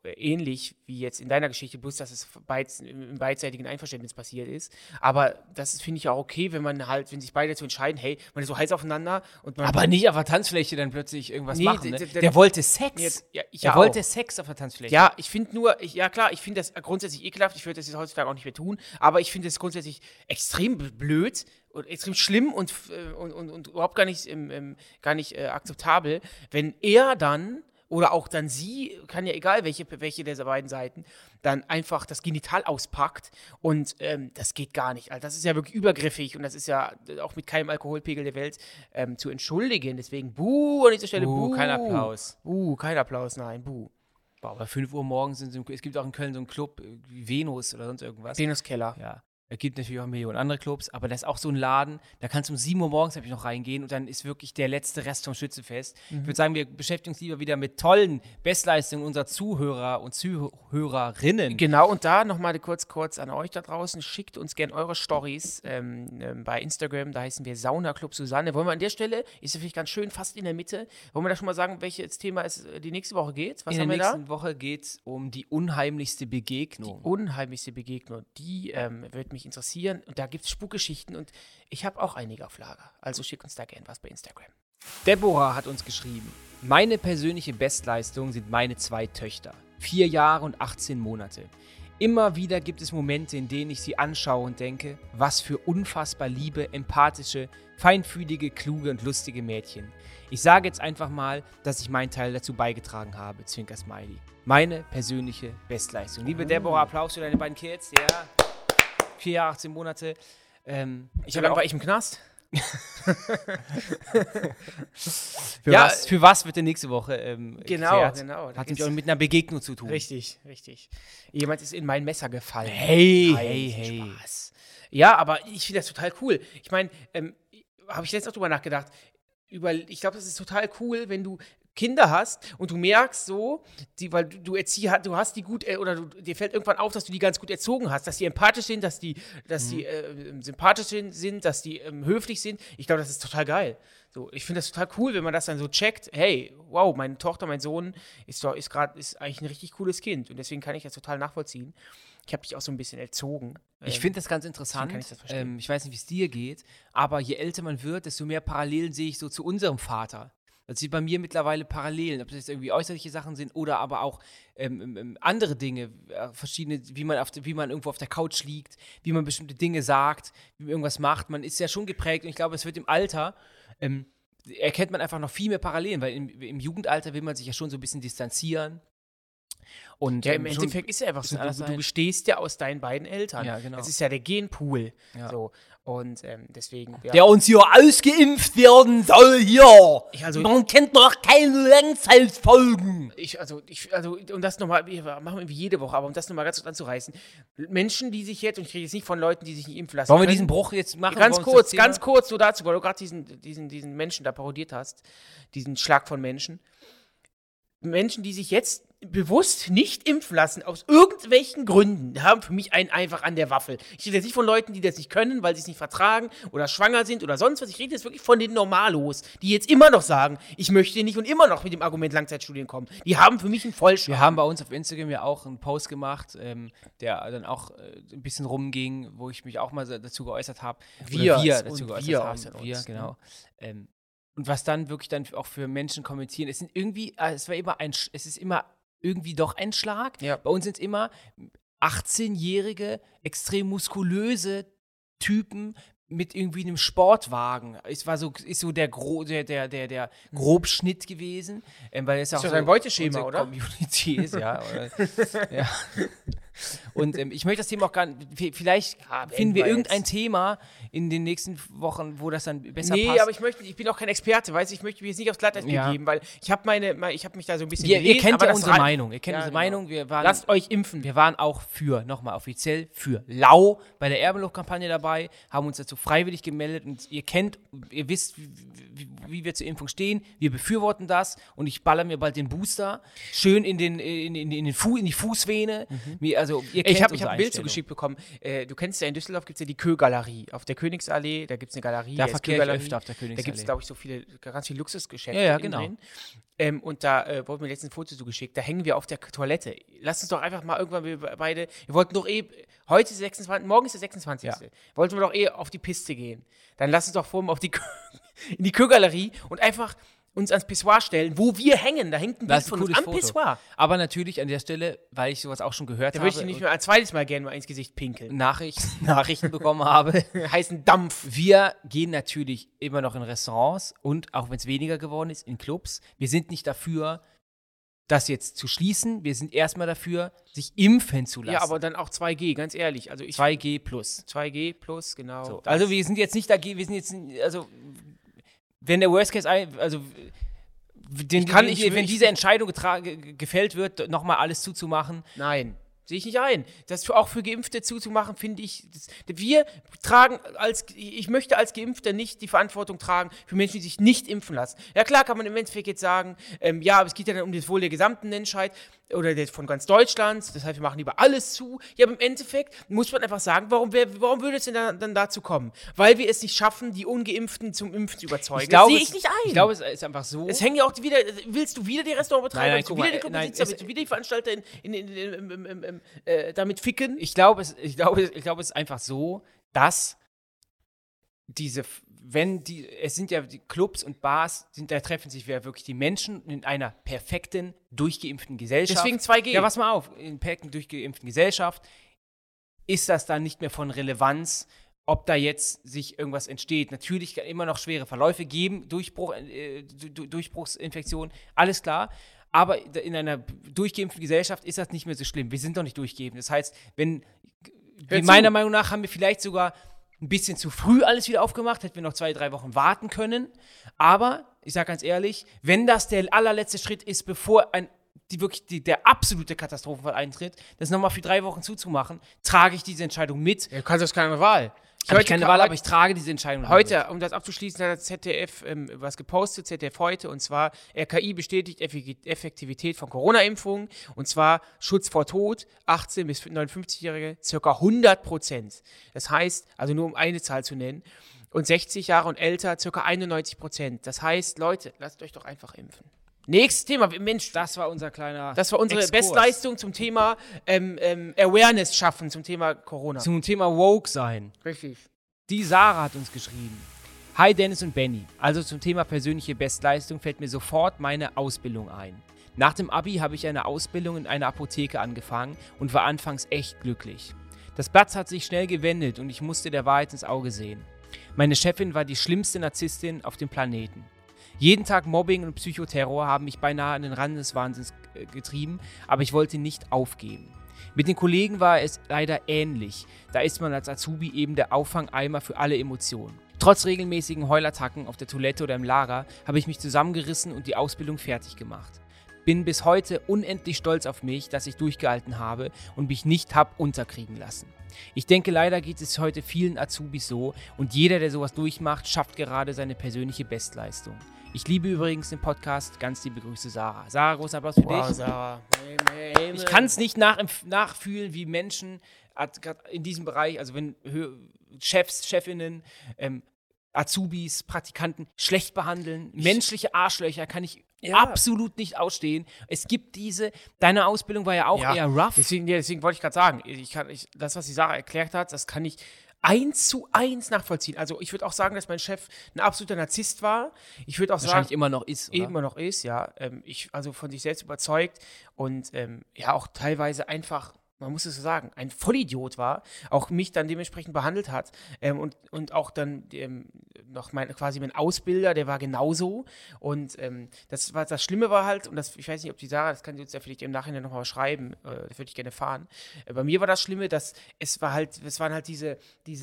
ähnlich wie jetzt in deiner Geschichte, bloß dass es im beidseitigen Einverständnis passiert ist. Aber das finde ich auch okay, wenn sich beide dazu entscheiden, hey, man ist so heiß aufeinander und man. Aber nicht auf der Tanzfläche dann plötzlich irgendwas Nee, machen. Ne? der Der wollte Sex. Ich Der ja wollte auch. Sex auf der Tanzfläche. Ja, ich finde ich finde das grundsätzlich ekelhaft, ich würde das jetzt heutzutage auch nicht mehr tun, aber ich finde es grundsätzlich extrem blöd und extrem schlimm und überhaupt gar nicht, akzeptabel, wenn er dann oder auch dann sie, kann ja egal welche der beiden Seiten, dann einfach das Genital auspackt und das geht gar nicht. Also das ist ja wirklich übergriffig und das ist ja auch mit keinem Alkoholpegel der Welt zu entschuldigen. Deswegen buh an dieser Stelle, buh. Kein Applaus. Kein Applaus, nein, buh. Boah, aber 5 Uhr morgens es gibt auch in Köln so einen Club, wie Venus oder sonst irgendwas. Venuskeller. Ja. Es gibt natürlich auch Millionen andere Clubs, aber das ist auch so ein Laden, da kannst du um 7 Uhr morgens nämlich noch reingehen und dann ist wirklich der letzte Rest vom Schützenfest. Ich würde sagen, wir beschäftigen uns lieber wieder mit tollen Bestleistungen unserer Zuhörer und Zuhörerinnen. Genau, und da nochmal kurz an euch da draußen, schickt uns gerne eure Stories bei Instagram, da heißen wir Sauna Club Susanne. Wollen wir an der Stelle, ist ja vielleicht ganz schön, fast in der Mitte, wollen wir da schon mal sagen, welches Thema es die nächste Woche geht? Was haben wir da? In der nächsten Woche geht es um die unheimlichste Begegnung. Die unheimlichste Begegnung, die wird mich interessieren. Und da gibt es Spukgeschichten und ich habe auch einige auf Lager. Also schickt uns da gerne was bei Instagram. Deborah hat uns geschrieben: Meine persönliche Bestleistung sind meine 2 Töchter. 4 Jahre und 18 Monate. Immer wieder gibt es Momente, in denen ich sie anschaue und denke, was für unfassbar liebe, empathische, feinfühlige, kluge und lustige Mädchen. Ich sage jetzt einfach mal, dass ich meinen Teil dazu beigetragen habe. Zwinker-Smiley. Meine persönliche Bestleistung. Liebe Deborah, Applaus für deine beiden Kids. Ja. 4 Jahre, 18 Monate. Wie lange war ich im Knast? Für was wird denn nächste Woche Genau. Hat nämlich auch mit einer Begegnung zu tun. Richtig. Jemand ist in mein Messer gefallen. Hey. Spaß. Ja, aber ich finde das total cool. Ich meine, habe ich letztens auch drüber nachgedacht. Ich glaube, das ist total cool, wenn du Kinder hast und du merkst so, weil du hast die gut, dir fällt irgendwann auf, dass du die ganz gut erzogen hast, dass die empathisch sind, dass die sympathisch sind, dass die höflich sind. Ich glaube, das ist total geil. So, ich finde das total cool, wenn man das dann so checkt. Hey, wow, meine Tochter, mein Sohn ist eigentlich ein richtig cooles Kind und deswegen kann ich das total nachvollziehen. Ich habe dich auch so ein bisschen erzogen. Ich finde das ganz interessant. Kann ich das verstehen. Ich weiß nicht, wie es dir geht, aber je älter man wird, desto mehr Parallelen sehe ich so zu unserem Vater. Das sieht bei mir mittlerweile Parallelen, ob das jetzt irgendwie äußerliche Sachen sind oder aber auch andere Dinge, verschiedene, wie man irgendwo auf der Couch liegt, wie man bestimmte Dinge sagt, wie man irgendwas macht. Man ist ja schon geprägt und ich glaube, es wird im Alter, erkennt man einfach noch viel mehr Parallelen, weil im Jugendalter will man sich ja schon so ein bisschen distanzieren. Und ja, im Endeffekt ist ja einfach so, du bestehst ja aus deinen beiden Eltern. Ja, genau. Das ist ja der Genpool. Ja. So. Und deswegen. Ja. Der uns hier ausgeimpft werden soll hier. Man kennt doch keine Langzeitfolgen. Um das nochmal, machen wir wie jede Woche, aber um das nochmal ganz kurz anzureißen. Menschen, die sich jetzt, und ich rede jetzt nicht von Leuten, die sich nicht impfen lassen. Wollen wir diesen Bruch jetzt machen? Ganz kurz nur dazu, weil du gerade diesen Menschen da parodiert hast, diesen Schlag von Menschen. Menschen, die sich jetzt bewusst nicht impfen lassen, aus irgendwelchen Gründen, haben für mich einen einfach an der Waffel. Ich rede jetzt nicht von Leuten, die das nicht können, weil sie es nicht vertragen oder schwanger sind oder sonst was. Ich rede jetzt wirklich von den Normalos, die jetzt immer noch sagen, ich möchte nicht und immer noch mit dem Argument Langzeitstudien kommen. Die haben für mich einen Vollschaden. Wir haben bei uns auf Instagram ja auch einen Post gemacht, der dann auch ein bisschen rumging, wo ich mich auch mal dazu geäußert habe. Wir Genau. Und was dann wirklich dann auch für Menschen kommentieren, es ist immer irgendwie doch ein Schlag. Ja. Bei uns sind es immer 18-jährige, extrem muskulöse Typen mit irgendwie einem Sportwagen. Ist so der Grobschnitt gewesen. Weil es ist auch das so ein Beuteschema, oder? Community ist, ja. Ja. Und ich möchte das Thema auch gar nicht, vielleicht finden wir irgendein Thema in den nächsten Wochen, wo das dann besser passt. Nee, aber ich bin auch kein Experte, weißt du, ich möchte mich jetzt nicht aufs Glatteis begeben, weil ich habe mich da so ein bisschen ihr kennt ja unsere Meinung. Genau. Lasst euch impfen. Wir waren auch offiziell für Lau bei der Erbenluft-Kampagne dabei, haben uns dazu freiwillig gemeldet und ihr wisst, wie wir zur Impfung stehen. Wir befürworten das und ich baller mir bald den Booster schön in die Fußvene. Also ihr kennt Ich habe unsere ein Bild Einstellung. zugeschickt bekommen. Du kennst ja, in Düsseldorf gibt es ja die Kö-Galerie. Auf der Königsallee, da gibt es eine Galerie. Da heißt verkehre ich Kö-Galerie. öfter auf der Da gibt es, Königsallee. glaube ich, so viele, ganz viele Luxusgeschäfte. Ja, innen genau. drin. Und da wurde mir letztens ein Foto zugeschickt. Da hängen wir auf der Toilette. Lass uns doch einfach mal irgendwann, wir beide, wir wollten doch heute ist der 26., morgen ist der 26. Ja. Wollten wir doch auf die Piste gehen. Dann lass uns doch vor auf in die Kö-Galerie und einfach uns ans Pissoir stellen, wo wir hängen. Da hängt ein Bild Das ist von ein uns cooles am Foto. Pissoir. Aber natürlich an der Stelle, weil ich sowas auch schon gehört Da habe würde ich nicht mehr ein zweites Mal gerne mal ins Gesicht pinkeln. und Nachrichten bekommen habe. Heißen Dampf. Wir gehen natürlich immer noch in Restaurants und auch wenn es weniger geworden ist, in Clubs. Wir sind nicht dafür, das jetzt zu schließen. Wir sind erstmal dafür, sich impfen zu lassen. Ja, aber dann auch 2G, ganz ehrlich. Also 2G plus. 2G plus, genau. So. Das- Also wir sind jetzt nicht dagegen, wir sind jetzt, also wenn der Worst Case, also wenn diese Entscheidung gefällt wird, nochmal alles zuzumachen, Nein, sehe ich nicht ein. Das auch für Geimpfte zuzumachen, finde ich, wir tragen ich möchte als Geimpfter nicht die Verantwortung tragen für Menschen, die sich nicht impfen lassen. Ja klar kann man im Endeffekt jetzt sagen, ja, aber es geht ja dann um das Wohl der gesamten Menschheit oder von ganz Deutschland, das heißt, wir machen lieber alles zu. Ja, aber im Endeffekt muss man einfach sagen, warum würde es denn dann dazu kommen? Weil wir es nicht schaffen, die Ungeimpften zum Impfen zu überzeugen. Das sehe ich nicht ein. Ich glaube, es ist einfach so. Es hängen ja auch wieder, willst du wieder die Restaurantbetreiber, Nein, willst du guck wieder mal, die Komposition, willst du wieder die Veranstalter damit ficken? Ich glaube, es ist einfach so, dass es sind ja die Clubs und Bars, da treffen sich ja wirklich die Menschen in einer perfekten, durchgeimpften Gesellschaft. Deswegen 2G. Ja, pass mal auf, in einer perfekten, durchgeimpften Gesellschaft ist das dann nicht mehr von Relevanz, ob da jetzt sich irgendwas entsteht. Natürlich kann immer noch schwere Verläufe geben, Durchbruchsinfektionen, alles klar. Aber in einer durchgeimpften Gesellschaft ist das nicht mehr so schlimm. Wir sind doch nicht durchgeimpft. Das heißt, meiner Meinung nach haben wir vielleicht sogar ein bisschen zu früh alles wieder aufgemacht, hätten wir noch 2-3 Wochen warten können. Aber, ich sage ganz ehrlich, wenn das der allerletzte Schritt ist, bevor der absolute Katastrophenfall eintritt, das nochmal für 3 Wochen zuzumachen, trage ich diese Entscheidung mit. Ja, du kannst das keine Wahl. Ich keine Wahl, aber ich trage diese Entscheidung mit. Heute, um das abzuschließen, hat das ZDF was gepostet, ZDF heute, und zwar RKI bestätigt Effektivität von Corona-Impfungen, und zwar Schutz vor Tod, 18- bis 59-Jährige, ca. 100%. Das heißt, also nur um eine Zahl zu nennen, und 60 Jahre und älter, ca. 91%. Das heißt, Leute, lasst euch doch einfach impfen. Nächstes Thema, Mensch, Das war unsere Exkurs. Bestleistung zum Thema Awareness schaffen, zum Thema Corona. Zum Thema Woke sein. Richtig. Die Sarah hat uns geschrieben. Hi Dennis und Benny. Also zum Thema persönliche Bestleistung fällt mir sofort meine Ausbildung ein. Nach dem Abi habe ich eine Ausbildung in einer Apotheke angefangen und war anfangs echt glücklich. Das Blatt hat sich schnell gewendet und ich musste der Wahrheit ins Auge sehen. Meine Chefin war die schlimmste Narzisstin auf dem Planeten. Jeden Tag Mobbing und Psychoterror haben mich beinahe an den Rand des Wahnsinns getrieben, aber ich wollte nicht aufgeben. Mit den Kollegen war es leider ähnlich. Da ist man als Azubi eben der Auffangeimer für alle Emotionen. Trotz regelmäßigen Heulattacken auf der Toilette oder im Lager habe ich mich zusammengerissen und die Ausbildung fertig gemacht. Bin bis heute unendlich stolz auf mich, dass ich durchgehalten habe und mich nicht hab unterkriegen lassen. Ich denke, leider geht es heute vielen Azubis so und jeder, der sowas durchmacht, schafft gerade seine persönliche Bestleistung. Ich liebe übrigens den Podcast. Ganz liebe Grüße, Sarah. Sarah, großer Applaus für dich. Sarah. Ich kann es nicht nachfühlen, wie Menschen in diesem Bereich, also wenn Chefs, Chefinnen, Azubis, Praktikanten schlecht behandeln, menschliche Arschlöcher kann ich absolut nicht ausstehen. Es gibt deine Ausbildung war ja auch eher rough. Deswegen wollte ich gerade sagen, das, was die Sarah erklärt hat, das kann ich 1:1 nachvollziehen. Also ich würde auch sagen, dass mein Chef ein absoluter Narzisst war. Ich würde auch Wahrscheinlich sagen, immer noch ist, oder? immer noch ist, ja. Also von sich selbst überzeugt und ja auch teilweise einfach, man muss es so sagen, ein Vollidiot war, auch mich dann dementsprechend behandelt hat und auch dann noch quasi mein Ausbilder, der war genauso und das Schlimme war halt, und ich weiß nicht, ob die Sarah, das kann sie uns ja vielleicht im Nachhinein nochmal schreiben, das würde ich gerne erfahren. Bei mir war das Schlimme, dass es waren halt diese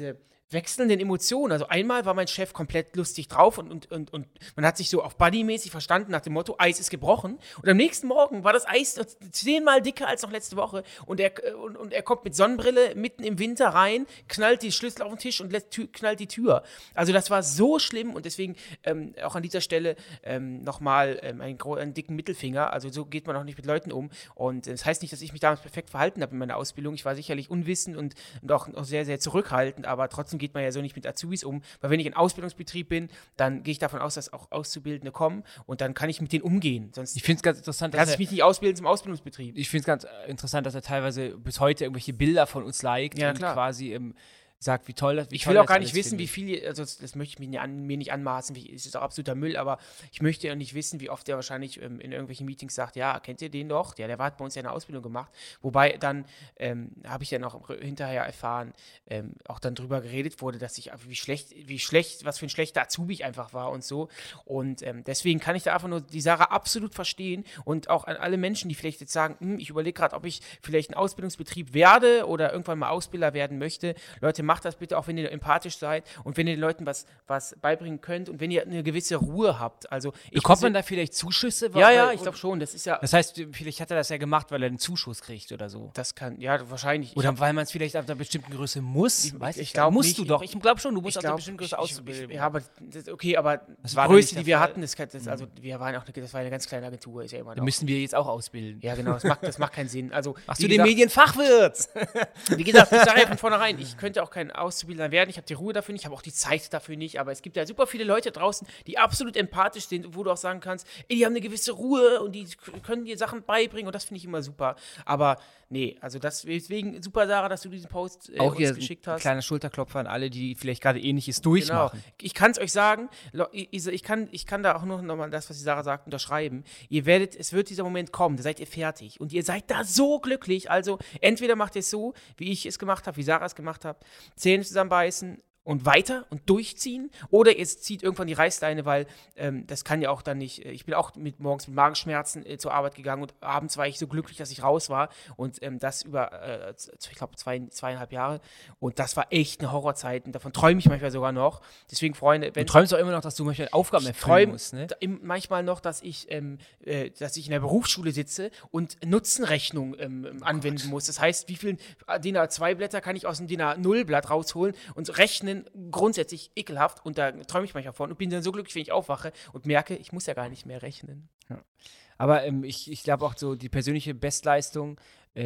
wechselnden Emotionen. Also einmal war mein Chef komplett lustig drauf und man hat sich so auf Buddy-mäßig verstanden nach dem Motto, Eis ist gebrochen. Und am nächsten Morgen war das Eis 10-mal dicker als noch letzte Woche und er kommt mit Sonnenbrille mitten im Winter rein, knallt die Schlüssel auf den Tisch und knallt die Tür. Also das war so schlimm und deswegen auch an dieser Stelle nochmal einen dicken Mittelfinger. Also so geht man auch nicht mit Leuten um. Und das heißt nicht, dass ich mich damals perfekt verhalten habe in meiner Ausbildung. Ich war sicherlich unwissend und auch sehr, sehr zurückhaltend, aber trotzdem geht man ja so nicht mit Azubis um, weil wenn ich in Ausbildungsbetrieb bin, dann gehe ich davon aus, dass auch Auszubildende kommen und dann kann ich mit denen umgehen. Sonst Ich finde es ganz interessant, lasse ich mich nicht ausbilden zum Ausbildungsbetrieb. Ich finde es ganz interessant, dass er teilweise bis heute irgendwelche Bilder von uns liked Ja, und klar. quasi sagt, wie toll das ist. Ich will auch gar nicht wissen, wie viel, also das möchte ich mir nicht anmaßen, es ist auch absoluter Müll, aber ich möchte ja nicht wissen, wie oft der wahrscheinlich in irgendwelchen Meetings sagt, ja, kennt ihr den doch? Ja, der hat bei uns ja eine Ausbildung gemacht. Wobei dann, habe ich ja noch hinterher erfahren, auch dann drüber geredet wurde, dass ich, wie schlecht, was für ein schlechter Azubi ich einfach war und so. Und deswegen kann ich da einfach nur die Sache absolut verstehen und auch an alle Menschen, die vielleicht jetzt sagen, ich überlege gerade, ob ich vielleicht einen Ausbildungsbetrieb werde oder irgendwann mal Ausbilder werden möchte. Leute, macht das bitte auch, wenn ihr empathisch seid und wenn ihr den Leuten was beibringen könnt und wenn ihr eine gewisse Ruhe habt. Also Bekommt man da vielleicht Zuschüsse? Ja, ich glaube schon. Das ist ja. Das heißt, vielleicht hat er das ja gemacht, weil er einen Zuschuss kriegt oder so. Das kann, ja, wahrscheinlich. Oder weil man es vielleicht auf einer bestimmten Größe muss. Ich glaube musst nicht. du doch. Ich glaube schon, du musst auf einer glaub, bestimmten Größe auszubilden. Ja, aber okay, aber Das die war Größe, nicht die der wir Fall. hatten, also wir waren auch, das war eine ganz kleine Agentur, ist ja immer Da noch. müssen wir jetzt auch ausbilden. Ja, genau, das macht keinen Sinn. Also, Machst wie du den gesagt, Medienfachwirt? Wie gesagt, ich sage ja von vornherein, ich könnte auch kein Auszubildender werden, ich habe die Ruhe dafür nicht, ich habe auch die Zeit dafür nicht, aber es gibt ja super viele Leute draußen, die absolut empathisch sind, wo du auch sagen kannst, ey, die haben eine gewisse Ruhe und die können dir Sachen beibringen und das finde ich immer super. Aber nee, also deswegen super, Sarah, dass du diesen Post Auch uns hier geschickt ein hast. kleiner Schulterklopfer an alle, die vielleicht gerade Ähnliches Genau. durchmachen. Ich kann es euch sagen, ich kann da auch nur nochmal das, was die Sarah sagt, unterschreiben. Es wird dieser Moment kommen, da seid ihr fertig und ihr seid da so glücklich. Also entweder macht ihr es so, wie ich es gemacht habe, wie Sarah es gemacht hat, Zähne zusammenbeißen und weiter und durchziehen oder ihr zieht irgendwann die Reißleine, weil das kann ja auch dann nicht, ich bin auch morgens mit Magenschmerzen zur Arbeit gegangen und abends war ich so glücklich, dass ich raus war und das über, ich glaube, 2,5 Jahre und das war echt eine Horrorzeit und davon träume ich manchmal sogar noch. Deswegen, Freunde, Du träumst auch immer noch, dass du manchmal Aufgaben erfüllen träume musst, ne? manchmal noch, dass ich in der Berufsschule sitze und Nutzenrechnung anwenden muss. Das heißt, wie viel DIN A2-Blätter kann ich aus dem DIN A0-Blatt rausholen und rechnen, grundsätzlich ekelhaft. Und da träume ich manchmal von und bin dann so glücklich, wenn ich aufwache und merke, ich muss ja gar nicht mehr rechnen. Aber ich glaube auch so, die persönliche Bestleistung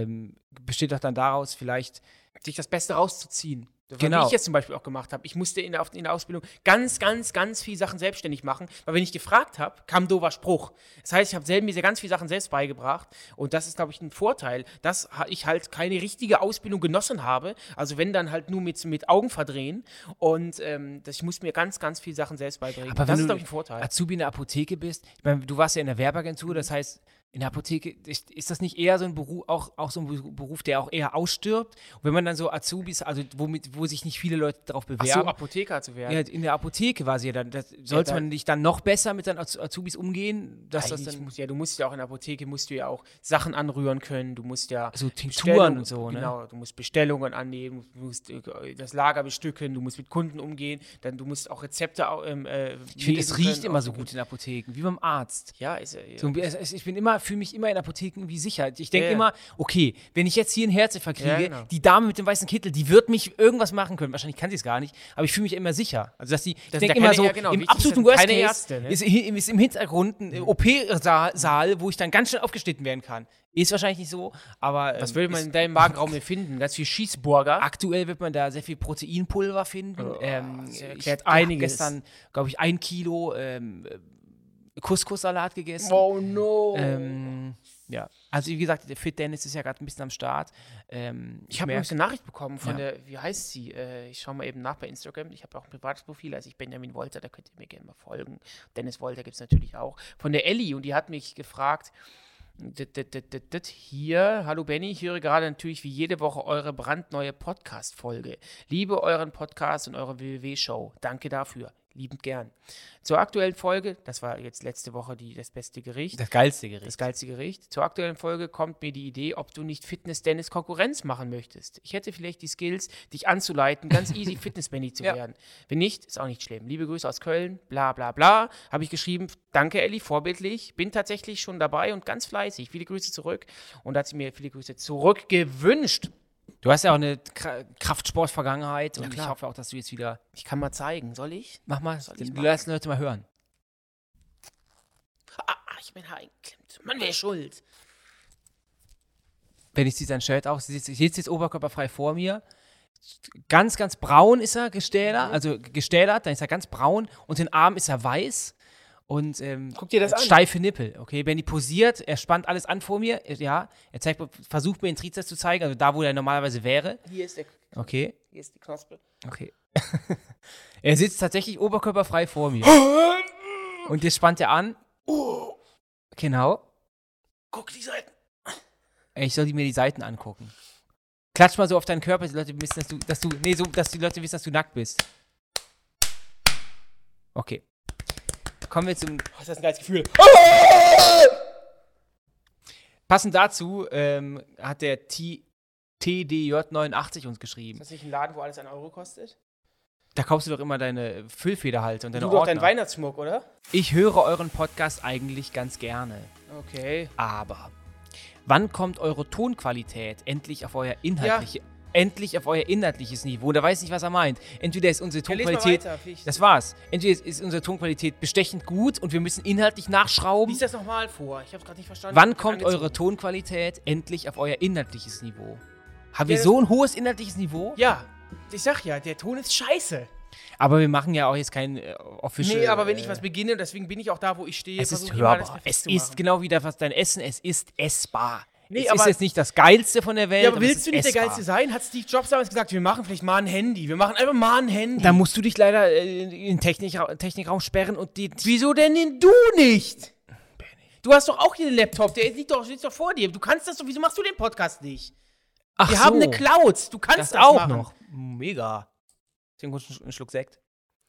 besteht doch dann daraus, vielleicht Sich das Beste rauszuziehen. Genau. Wie ich jetzt zum Beispiel auch gemacht habe. Ich musste in der Ausbildung ganz, ganz, ganz viele Sachen selbstständig machen, weil wenn ich gefragt habe, kam ein doofer Spruch. Das heißt, ich habe mir ganz viele Sachen selbst beigebracht und das ist, glaube ich, ein Vorteil, dass ich halt keine richtige Ausbildung genossen habe, also wenn dann halt nur mit Augen verdrehen und ich muss mir ganz, ganz viele Sachen selbst beibringen. Aber das wenn ist, du glaube ich, ein Vorteil. Azubi in der Apotheke bist, ich meine, du warst ja in der Werbeagentur, das heißt, in der Apotheke, ist das nicht eher so ein Beruf, auch so ein Beruf, der auch eher ausstirbt? Und wenn man dann so Azubis, also wo sich nicht viele Leute darauf Ach so, bewerben. Apotheker zu werden. Ja, in der Apotheke war sie ja dann. Sollte man nicht dann noch besser mit seinen Azubis umgehen? Dass das dann du musst ja auch in der Apotheke, musst du ja auch Sachen anrühren können, du musst ja so Tinkturen und so, ne? Genau, du musst Bestellungen annehmen, du musst das Lager bestücken, du musst mit Kunden umgehen, dann du musst auch Rezepte Ich finde, es riecht immer so gut in Apotheken, wie beim Arzt. Ja, So, ich fühle mich immer in Apotheken irgendwie sicher. Ich denke Ja. immer, okay, wenn ich jetzt hier einen Herzinfarkt kriege, Ja, genau. die Dame mit dem weißen Kittel, die wird mich irgendwas machen können. Wahrscheinlich kann sie es gar nicht, aber ich fühle mich immer sicher. Also, dass ich Das denke sind ja immer keine- so, ja, genau, im wichtig absoluten sind Worst keine Case Ärzte, ne? ist im Hintergrund ein OP-Saal, wo ich dann ganz schnell aufgeschnitten werden kann. Ist wahrscheinlich nicht so, aber was würde man in deinem Magenraum denn finden? Ganz viel Schießburger. aktuell wird man da sehr viel Proteinpulver finden. das erklärt ich habe einiges. gestern, glaube ich, 1 Kilo Couscous-Salat gegessen. Oh no. Ja, also wie gesagt, der Fit Dennis ist ja gerade ein bisschen am Start. Ich habe übrigens eine Nachricht bekommen von der, wie heißt sie? Ich schaue mal eben nach bei Instagram. Ich habe auch ein privates Profil, also ich Benjamin Wolter, da könnt ihr mir gerne mal folgen. Dennis Wolter gibt es natürlich auch. Von der Elli und die hat mich gefragt, hier, hallo Benny, ich höre gerade natürlich wie jede Woche eure brandneue Podcast-Folge. Liebe euren Podcast und eure WWW-Show. Danke dafür. liebend gern. Zur aktuellen Folge, das war jetzt letzte Woche das beste Gericht. Das geilste Gericht. Das geilste Gericht. Zur aktuellen Folge kommt mir die Idee, ob du nicht Fitness-Dennis Konkurrenz machen möchtest. Ich hätte vielleicht die Skills, dich anzuleiten, ganz easy Fitness-Benny zu werden. Wenn nicht, ist auch nicht schlimm. Liebe Grüße aus Köln, bla bla bla. Habe ich geschrieben, danke Elli, vorbildlich. Bin tatsächlich schon dabei und ganz fleißig. Viele Grüße zurück. Und da hat sie mir viele Grüße zurückgewünscht. Du hast ja auch eine Kraftsport-Vergangenheit und klar. ich hoffe auch, dass du jetzt wieder... Ich kann mal zeigen, soll ich? Mach mal, Soll ich's lass die Leute mal hören. Ich bin Haar eingeklemmt. Mann, wer ist schuld? Wenn ich sein Shirt auch, ich sitze jetzt oberkörperfrei vor mir. Ganz, ganz braun ist er, gestählert, dann ist er ganz braun und den Arm ist er weiß. Und Guck dir das an. Steife Nippel, okay? Benny posiert, er spannt alles an vor mir, ja. Er versucht mir den Trizeps zu zeigen, also da, wo er normalerweise wäre. Hier ist Okay, hier ist die Knospe. okay. Er sitzt tatsächlich oberkörperfrei vor mir. Und jetzt spannt er an. Genau. Guck die Seiten. Ich soll mir die Seiten angucken. Klatsch mal so auf deinen Körper, dass die Leute wissen, dass die Leute wissen, dass du nackt bist. Okay. Kommen wir zum... Oh, ist das ein geiles Gefühl. Passend dazu hat der TDJ89 uns geschrieben. Ist das nicht ein Laden, wo alles 1 Euro kostet? Da kaufst du doch immer deine Füllfederhalter und deine Du doch Ordner. deinen Weihnachtsschmuck, oder? Ich höre euren Podcast eigentlich ganz gerne. Okay. Aber wann kommt eure Tonqualität endlich auf euer inhaltliches Niveau? Und da weiß ich nicht, was er meint. Entweder ist unsere Tonqualität... Das war's. Entweder ist unsere Tonqualität bestechend gut und wir müssen inhaltlich nachschrauben. Lies das nochmal vor. Ich hab's gerade nicht verstanden. Wann kommt eure Tonqualität endlich auf euer inhaltliches Niveau? Haben wir so ein hohes inhaltliches Niveau? Ja. Ich sag ja, der Ton ist scheiße. Aber wir machen ja auch jetzt kein official... Nee, aber wenn ich was beginne, deswegen bin ich auch da, wo ich stehe. Es ist versuche immer, das hörbar. perfekt Es zu ist machen. genau wie das, dein Essen. Es ist essbar. Nee, es aber- ist jetzt nicht das Geilste von der Welt, Ja, aber es willst ist du nicht der essbar. Geilste sein? Hat Steve Jobs damals gesagt, wir machen vielleicht mal ein Handy. Wir machen einfach mal ein Handy. Da musst du dich leider in den Technikraum sperren und die... Wieso denn du nicht? Du hast doch auch hier einen Laptop, der steht doch vor dir. Du kannst das doch, wieso machst du den Podcast nicht? Ach Wir so, haben eine Cloud, du kannst das auch machen. noch. Mega. Deswegen kurz einen Schluck Sekt.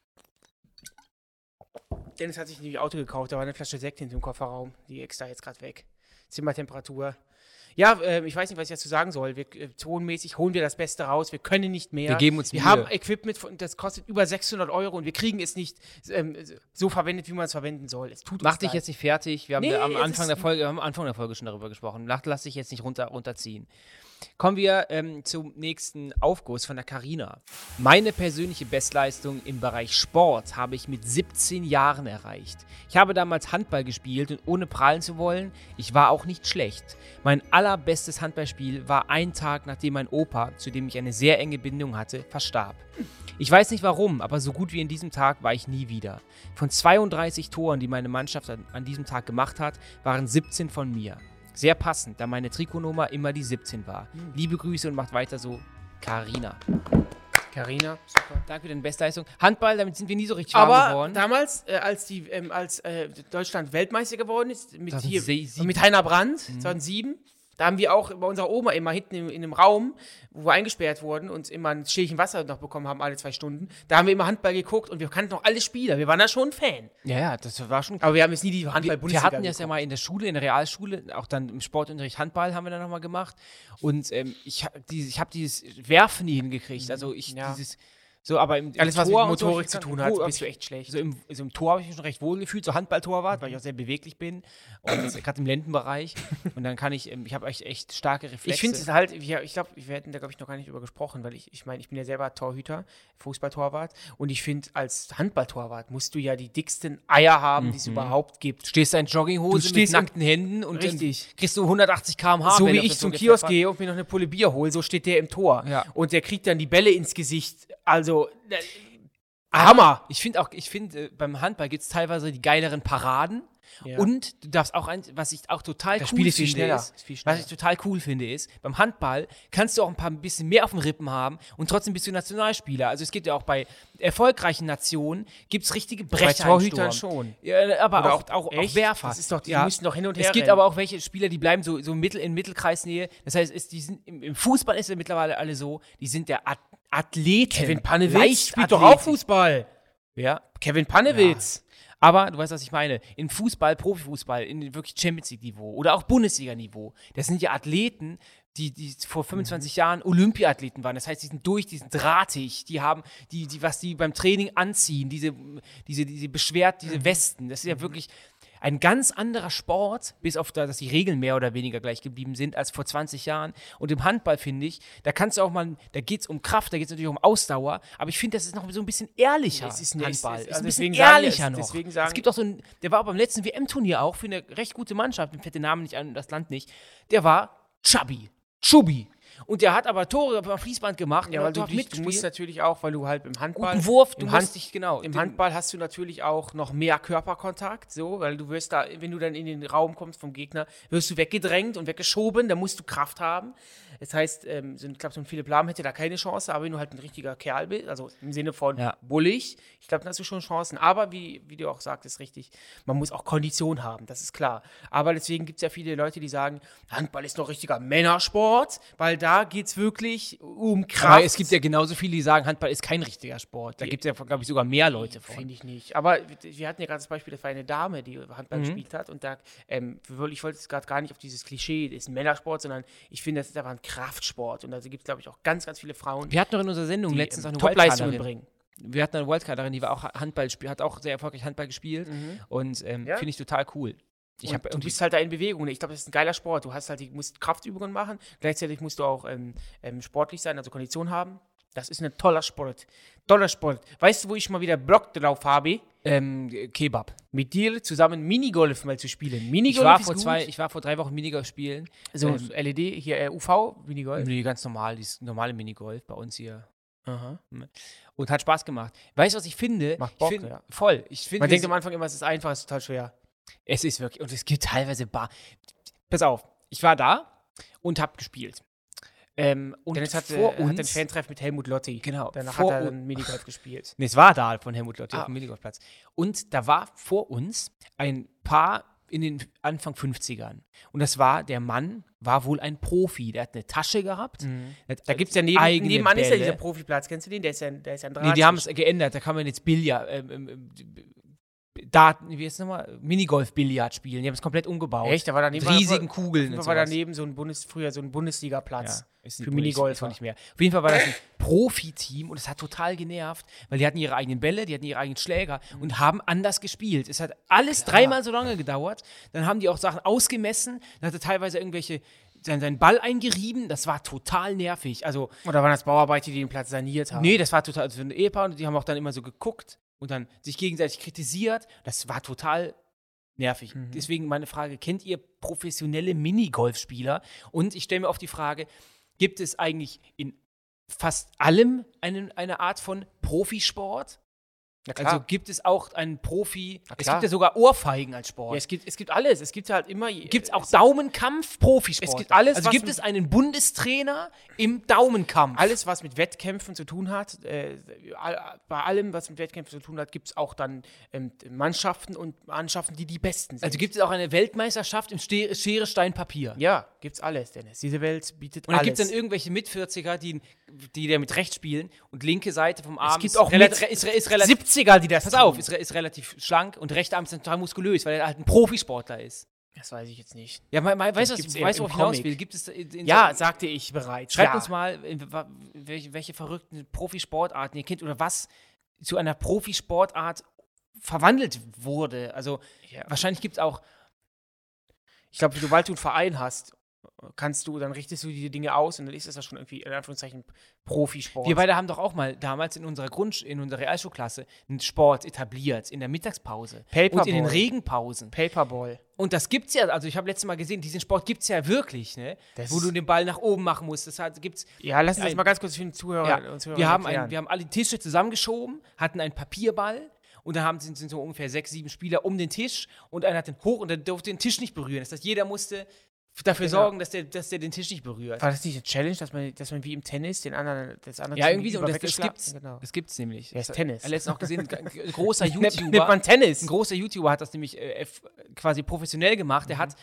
Dennis hat sich ein Auto gekauft, da war eine Flasche Sekt hinter dem Kofferraum. Die extra jetzt gerade weg. Zimmertemperatur. Ja, ich weiß nicht, was ich dazu sagen soll. Tonmäßig holen wir das Beste raus. Wir können nicht mehr. Wir geben uns Wir Mühe. haben Equipment, das kostet über 600 Euro und wir kriegen es nicht so verwendet, wie man es verwenden soll. Es tut Mach uns dich leid. jetzt nicht fertig. Wir haben Nee, am es Anfang ist- der Folge schon darüber gesprochen. Lass dich jetzt nicht runterziehen. Kommen wir zum nächsten Aufguss von der Carina. Meine persönliche Bestleistung im Bereich Sport habe ich mit 17 Jahren erreicht. Ich habe damals Handball gespielt und ohne prahlen zu wollen, ich war auch nicht schlecht. Mein allerbestes Handballspiel war ein Tag, nachdem mein Opa, zu dem ich eine sehr enge Bindung hatte, verstarb. Ich weiß nicht warum, aber so gut wie in diesem Tag war ich nie wieder. Von 32 Toren, die meine Mannschaft an diesem Tag gemacht hat, waren 17 von mir. Sehr passend, da meine Trikotnummer immer die 17 war. Liebe Grüße und macht weiter so, Carina. Carina, super. Danke für deine Bestleistung. Handball, damit sind wir nie so richtig warm Aber geworden. damals, als Deutschland Weltmeister geworden ist, mit 2007. mit Heiner Brandt, 2007, da haben wir auch bei unserer Oma immer hinten in einem Raum, wo wir eingesperrt wurden und immer ein Schälchen Wasser noch bekommen haben, alle 2 Stunden. Da haben wir immer Handball geguckt und wir kannten noch alle Spieler. Wir waren da schon Fan. Ja, das war schon... Aber wir haben jetzt nie die Wir Handball-Bundesliga hatten das ja mal in der Schule, in der Realschule, auch dann im Sportunterricht Handball haben wir dann nochmal gemacht. Und ich habe dieses Werfen nie hingekriegt. Also Ja. aber im Alles, was Tor mit und so, Motorik ich zu kann- tun hat, wo- bist du echt schlecht. So im Tor habe ich mich schon recht wohl gefühlt, so Handballtorwart, weil ich auch sehr beweglich bin. Und gerade im Lendenbereich. Und dann kann ich habe echt starke Reflexe. Ich finde es halt, ich glaube, wir hätten da, glaube ich, noch gar nicht drüber gesprochen, weil ich meine, ich bin ja selber Torhüter, Fußballtorwart und ich finde, als Handballtorwart musst du ja die dicksten Eier haben, die es überhaupt gibt. stehst da in Jogginghose Du mit stehst nackten Händen und Richtig. dann kriegst du 180 km/h. So wenn wie auf ich das zum Tor Kiosk gepfeffert. gehe und mir noch eine Pulle Bier hole, so steht der im Tor. Ja. Und der kriegt dann die Bälle ins Gesicht. Also, Hammer. Ich finde beim Handball gibt es teilweise die geileren Paraden. Ja. Und du darfst auch was ich auch total Das cool Spiel ist viel finde, schneller. ist, Ist viel was schneller. ich total cool finde, ist, beim Handball kannst du auch ein bisschen mehr auf den Rippen haben und trotzdem bist du Nationalspieler. Also es gibt ja auch bei erfolgreichen Nationen gibt es richtige Bei Brecher. Torhütern schon. Ja, aber Oder auch echt? Werfer. Das ist doch, die müssen doch hin und her Es gibt rennen. aber auch welche Spieler, die bleiben so in Mittelkreisnähe. Das heißt, die sind im Fußball ist es mittlerweile alle so, die sind der Athleten. Kevin Panewitz spielt doch auch Fußball. Ja. Kevin Pannewitz. Aber du weißt, was ich meine. In Fußball, Profifußball, in wirklich Champions League-Niveau oder auch Bundesliga-Niveau, das sind ja Athleten, die vor 25 Jahren Olympiathleten waren. Das heißt, die sind drahtig, die haben, was die beim Training anziehen, diese Westen. Das ist ja wirklich ein ganz anderer Sport, bis auf dass die Regeln mehr oder weniger gleich geblieben sind als vor 20 Jahren. Und im Handball, finde ich, da kannst du auch mal, da geht es um Kraft, da geht es natürlich um Ausdauer, aber ich finde, das ist noch so ein bisschen ehrlicher, Handball. Ist ein bisschen ehrlicher noch. Es gibt auch der war auch beim letzten WM-Turnier auch für eine recht gute Mannschaft, mir fällt der Name nicht ein und das Land nicht, der war Chubby. Und der hat aber Tore am Fließband gemacht. Ja, weil du musst natürlich auch, weil du halt im Handball... Guten Wurf, Im Handball hast du natürlich auch noch mehr Körperkontakt, so, weil du wirst da, wenn du dann in den Raum kommst vom Gegner, wirst du weggedrängt und weggeschoben, da musst du Kraft haben. Das heißt, ich glaube, so ein Philipp Lahm hätte da keine Chance, aber wenn du halt ein richtiger Kerl bist, also im Sinne von bullig, ich glaube, dann hast du schon Chancen. Aber wie du auch sagtest, richtig, man muss auch Kondition haben, das ist klar. Aber deswegen gibt es ja viele Leute, die sagen, Handball ist noch richtiger Männersport, weil da geht es wirklich um Kraft. Aber es gibt ja genauso viele, die sagen, Handball ist kein richtiger Sport. Da gibt es ja, glaube ich, sogar mehr Leute von. Finde ich nicht. Aber wir hatten ja gerade das Beispiel, das war eine Dame, die Handball gespielt hat. Und da, ich wollte jetzt gerade gar nicht auf dieses Klischee, das ist ein Männersport, sondern ich finde, das ist einfach ein Kraftsport. Und da gibt es, glaube ich, auch ganz, ganz viele Frauen, Wir hatten doch in unserer Sendung die letztens auch eine Top-Leistungen Wildcarderin. bringen. Wir hatten eine Wildcarderin, die war auch hat auch sehr erfolgreich Handball gespielt. Und finde ich total cool. Du bist halt da in Bewegung. Ich glaube, das ist ein geiler Sport. Du musst Kraftübungen machen. Gleichzeitig musst du auch sportlich sein, also Kondition haben. Das ist ein toller Sport. Weißt du, wo ich mal wieder Bock drauf habe? Kebab. Mit dir zusammen Minigolf mal zu spielen. Ich war vor 3 Wochen Minigolf spielen. So LED, hier UV-Minigolf? Nee, ganz normal, dieses normale Minigolf bei uns hier. Aha. Und hat Spaß gemacht. Weißt du, was ich finde? Macht Bock, ja. Voll. Man denkt am Anfang immer, es ist einfach, es ist total schwer. Es ist wirklich, und es gibt teilweise Pass auf, ich war da und hab gespielt. Und Dennis hat den Fan-Treff mit Helmut Lotti. Genau. Danach hat er dann Minigolf gespielt. Nee, es war da von Helmut Lotti auf dem Minigolfplatz. Und da war vor uns ein Paar in den Anfang 50ern. Und der Mann war wohl ein Profi. Der hat eine Tasche gehabt. Da gibt es ja nebenan ist ja dieser Profiplatz. Kennst du den? Der ist ja ein Draht. Nee, die haben es geändert. Da kann man jetzt Billard, wie heißt es nochmal? Minigolf-Billard spielen. Die haben es komplett umgebaut. Echt? Da war daneben riesigen Kugeln. Da war daneben früher so ein Bundesliga-Platz für Minigolf. Nicht mehr. Auf jeden Fall war das ein Profi-Team und es hat total genervt, weil die hatten ihre eigenen Bälle, die hatten ihre eigenen Schläger und haben anders gespielt. Es hat alles 3-mal so lange gedauert. Dann haben die auch Sachen ausgemessen. Dann hat er teilweise seinen Ball eingerieben. Das war total nervig. Also, oder waren das Bauarbeiter, die den Platz saniert haben? Nee, das war total, also ein Ehepaar und die haben auch dann immer so geguckt und dann sich gegenseitig kritisiert. Das war total nervig. Deswegen meine Frage, kennt ihr professionelle Minigolfspieler? Und ich stelle mir oft die Frage, gibt es eigentlich in fast allem eine Art von Profisport? Ja, klar. Also gibt es auch einen Profi, es gibt ja sogar Ohrfeigen als Sport. Ja, es gibt alles, es gibt halt immer... Gibt es auch Daumenkampf, Profisport? Es gibt alles, also gibt es einen Bundestrainer im Daumenkampf? Alles, was mit Wettkämpfen zu tun hat, bei allem, was mit Wettkämpfen zu tun hat, gibt es auch dann Mannschaften, die die Besten sind. Also gibt es auch eine Weltmeisterschaft im Schere, Stein, Papier? Ja, gibt's alles, Dennis. Diese Welt bietet alles. Und dann alles. gibt es dann irgendwelche Mit-40er, die da mit rechts spielen und linke Seite vom Arm es gibt auch ist relativ 70er, die das Pass auf, ist relativ schlank und rechter Arm ist total muskulös, weil er halt ein Profisportler ist. Das weiß ich jetzt nicht. Ja, weißt du, worauf ich hinaus will? Gibt es sagte ich bereits. Schreibt uns mal, welche verrückten Profisportarten ihr kennt oder was zu einer Profisportart verwandelt wurde. Also wahrscheinlich gibt es auch... Ich glaube, sobald du einen Verein hast, dann richtest du die Dinge aus und dann ist das ja schon irgendwie in Anführungszeichen Profisport. Wir beide haben doch auch mal damals in unserer Realschulklasse einen Sport etabliert, in der Mittagspause Paperball. Und in den Regenpausen. Paperball. Und das gibt's ja, also ich habe letztes Mal gesehen, diesen Sport gibt's ja wirklich, ne? Wo du den Ball nach oben machen musst. Das gibt's. Ja, lass uns das mal ganz kurz für den Zuhörer und Zuhörer wir haben alle Tische zusammengeschoben, hatten einen Papierball. Und dann sind so ungefähr 6, 7 Spieler um den Tisch und einer hat den hoch und der durfte den Tisch nicht berühren. Das heißt, jeder musste dafür sorgen, dass der den Tisch nicht berührt. War das nicht eine Challenge, dass man wie im Tennis das andere Ja, irgendwie so. Genau. Das gibt's nämlich. Ja, ist Tennis. Ich habe letztens auch gesehen, ein großer Nennt YouTuber. man Tennis. Ein großer YouTuber hat das nämlich quasi professionell gemacht. Der hat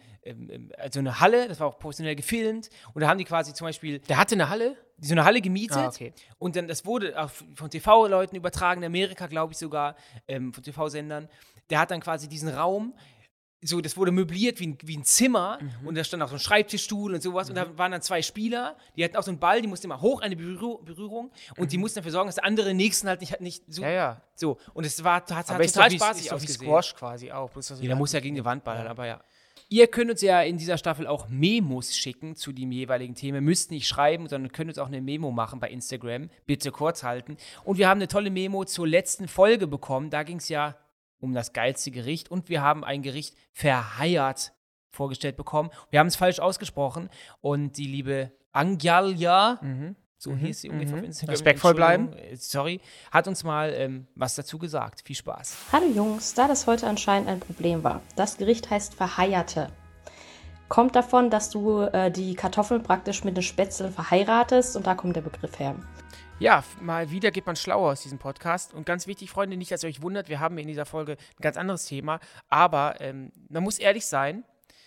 also eine Halle, das war auch professionell gefilmt. Und da haben die quasi zum Beispiel Der hatte eine Halle? so eine Halle gemietet. Okay. Und dann, das wurde auch von TV-Leuten übertragen, in Amerika, glaube ich sogar, von TV-Sendern. Der hat dann quasi diesen Raum, so, das wurde möbliert wie ein Zimmer und da stand auch so ein Schreibtischstuhl und sowas und da waren dann 2 Spieler, die hatten auch so einen Ball, die mussten immer hoch, eine Berührung und die mussten dafür sorgen, dass der andere nächsten halt nicht so. Ja. So, und es hat Aber ist total doch spaßig ist doch wie ausgesehen. Squash quasi auch. Jeder muss ja gegen die Wand ballern, aber ja. Ihr könnt uns ja in dieser Staffel auch Memos schicken zu dem jeweiligen Thema. Ihr müsst nicht schreiben, sondern könnt uns auch eine Memo machen bei Instagram. Bitte kurz halten. Und wir haben eine tolle Memo zur letzten Folge bekommen. Da ging es ja um das geilste Gericht. Und wir haben ein Gericht verheiert vorgestellt bekommen. Wir haben es falsch ausgesprochen. Und die liebe Angyalja, so hieß sie ungefähr auf Instagram. Respektvoll bleiben. Sorry, hat uns mal was dazu gesagt. Viel Spaß. Hallo Jungs, da das heute anscheinend ein Problem war. Das Gericht heißt Verheierte. Kommt davon, dass du die Kartoffeln praktisch mit den Spätzle verheiratest und da kommt der Begriff her. Ja, mal wieder geht man schlauer aus diesem Podcast. Und ganz wichtig, Freunde, nicht, dass ihr euch wundert, wir haben in dieser Folge ein ganz anderes Thema. Aber man muss ehrlich sein,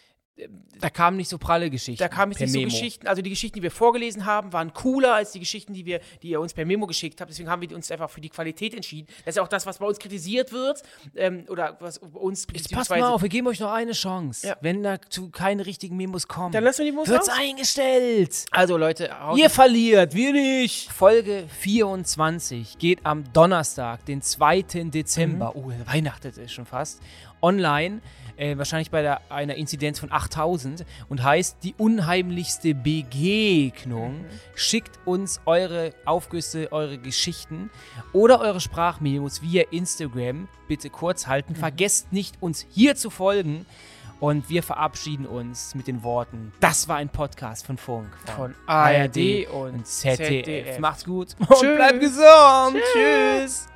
Da kamen nicht so pralle Geschichten. da kamen jetzt per nicht so Memo. Geschichten, also die Geschichten, die wir vorgelesen haben, waren cooler als die Geschichten, die ihr uns per Memo geschickt habt. Deswegen haben wir uns einfach für die Qualität entschieden. Das ist ja auch das, was bei uns kritisiert wird. Oder was bei uns Jetzt passt mal auf, wir geben euch noch eine Chance. Ja. Wenn dazu keine richtigen Memos kommen, Dann lassen wir die Memos wird's raus. eingestellt. Also Leute, Ihr verliert, wir nicht. Folge 24 geht am Donnerstag, den 2. Dezember, Weihnachten ist schon fast, online, wahrscheinlich bei einer Inzidenz von 8000 und heißt die unheimlichste Begegnung. Schickt uns eure Aufgüsse, eure Geschichten oder eure Sprachmemos via Instagram. Bitte kurz halten. Vergesst nicht, uns hier zu folgen. Und wir verabschieden uns mit den Worten: Das war ein Podcast von Funk, Von ARD und ZDF. ZDF. Macht's gut Tschüss. und bleibt gesund. Tschüss.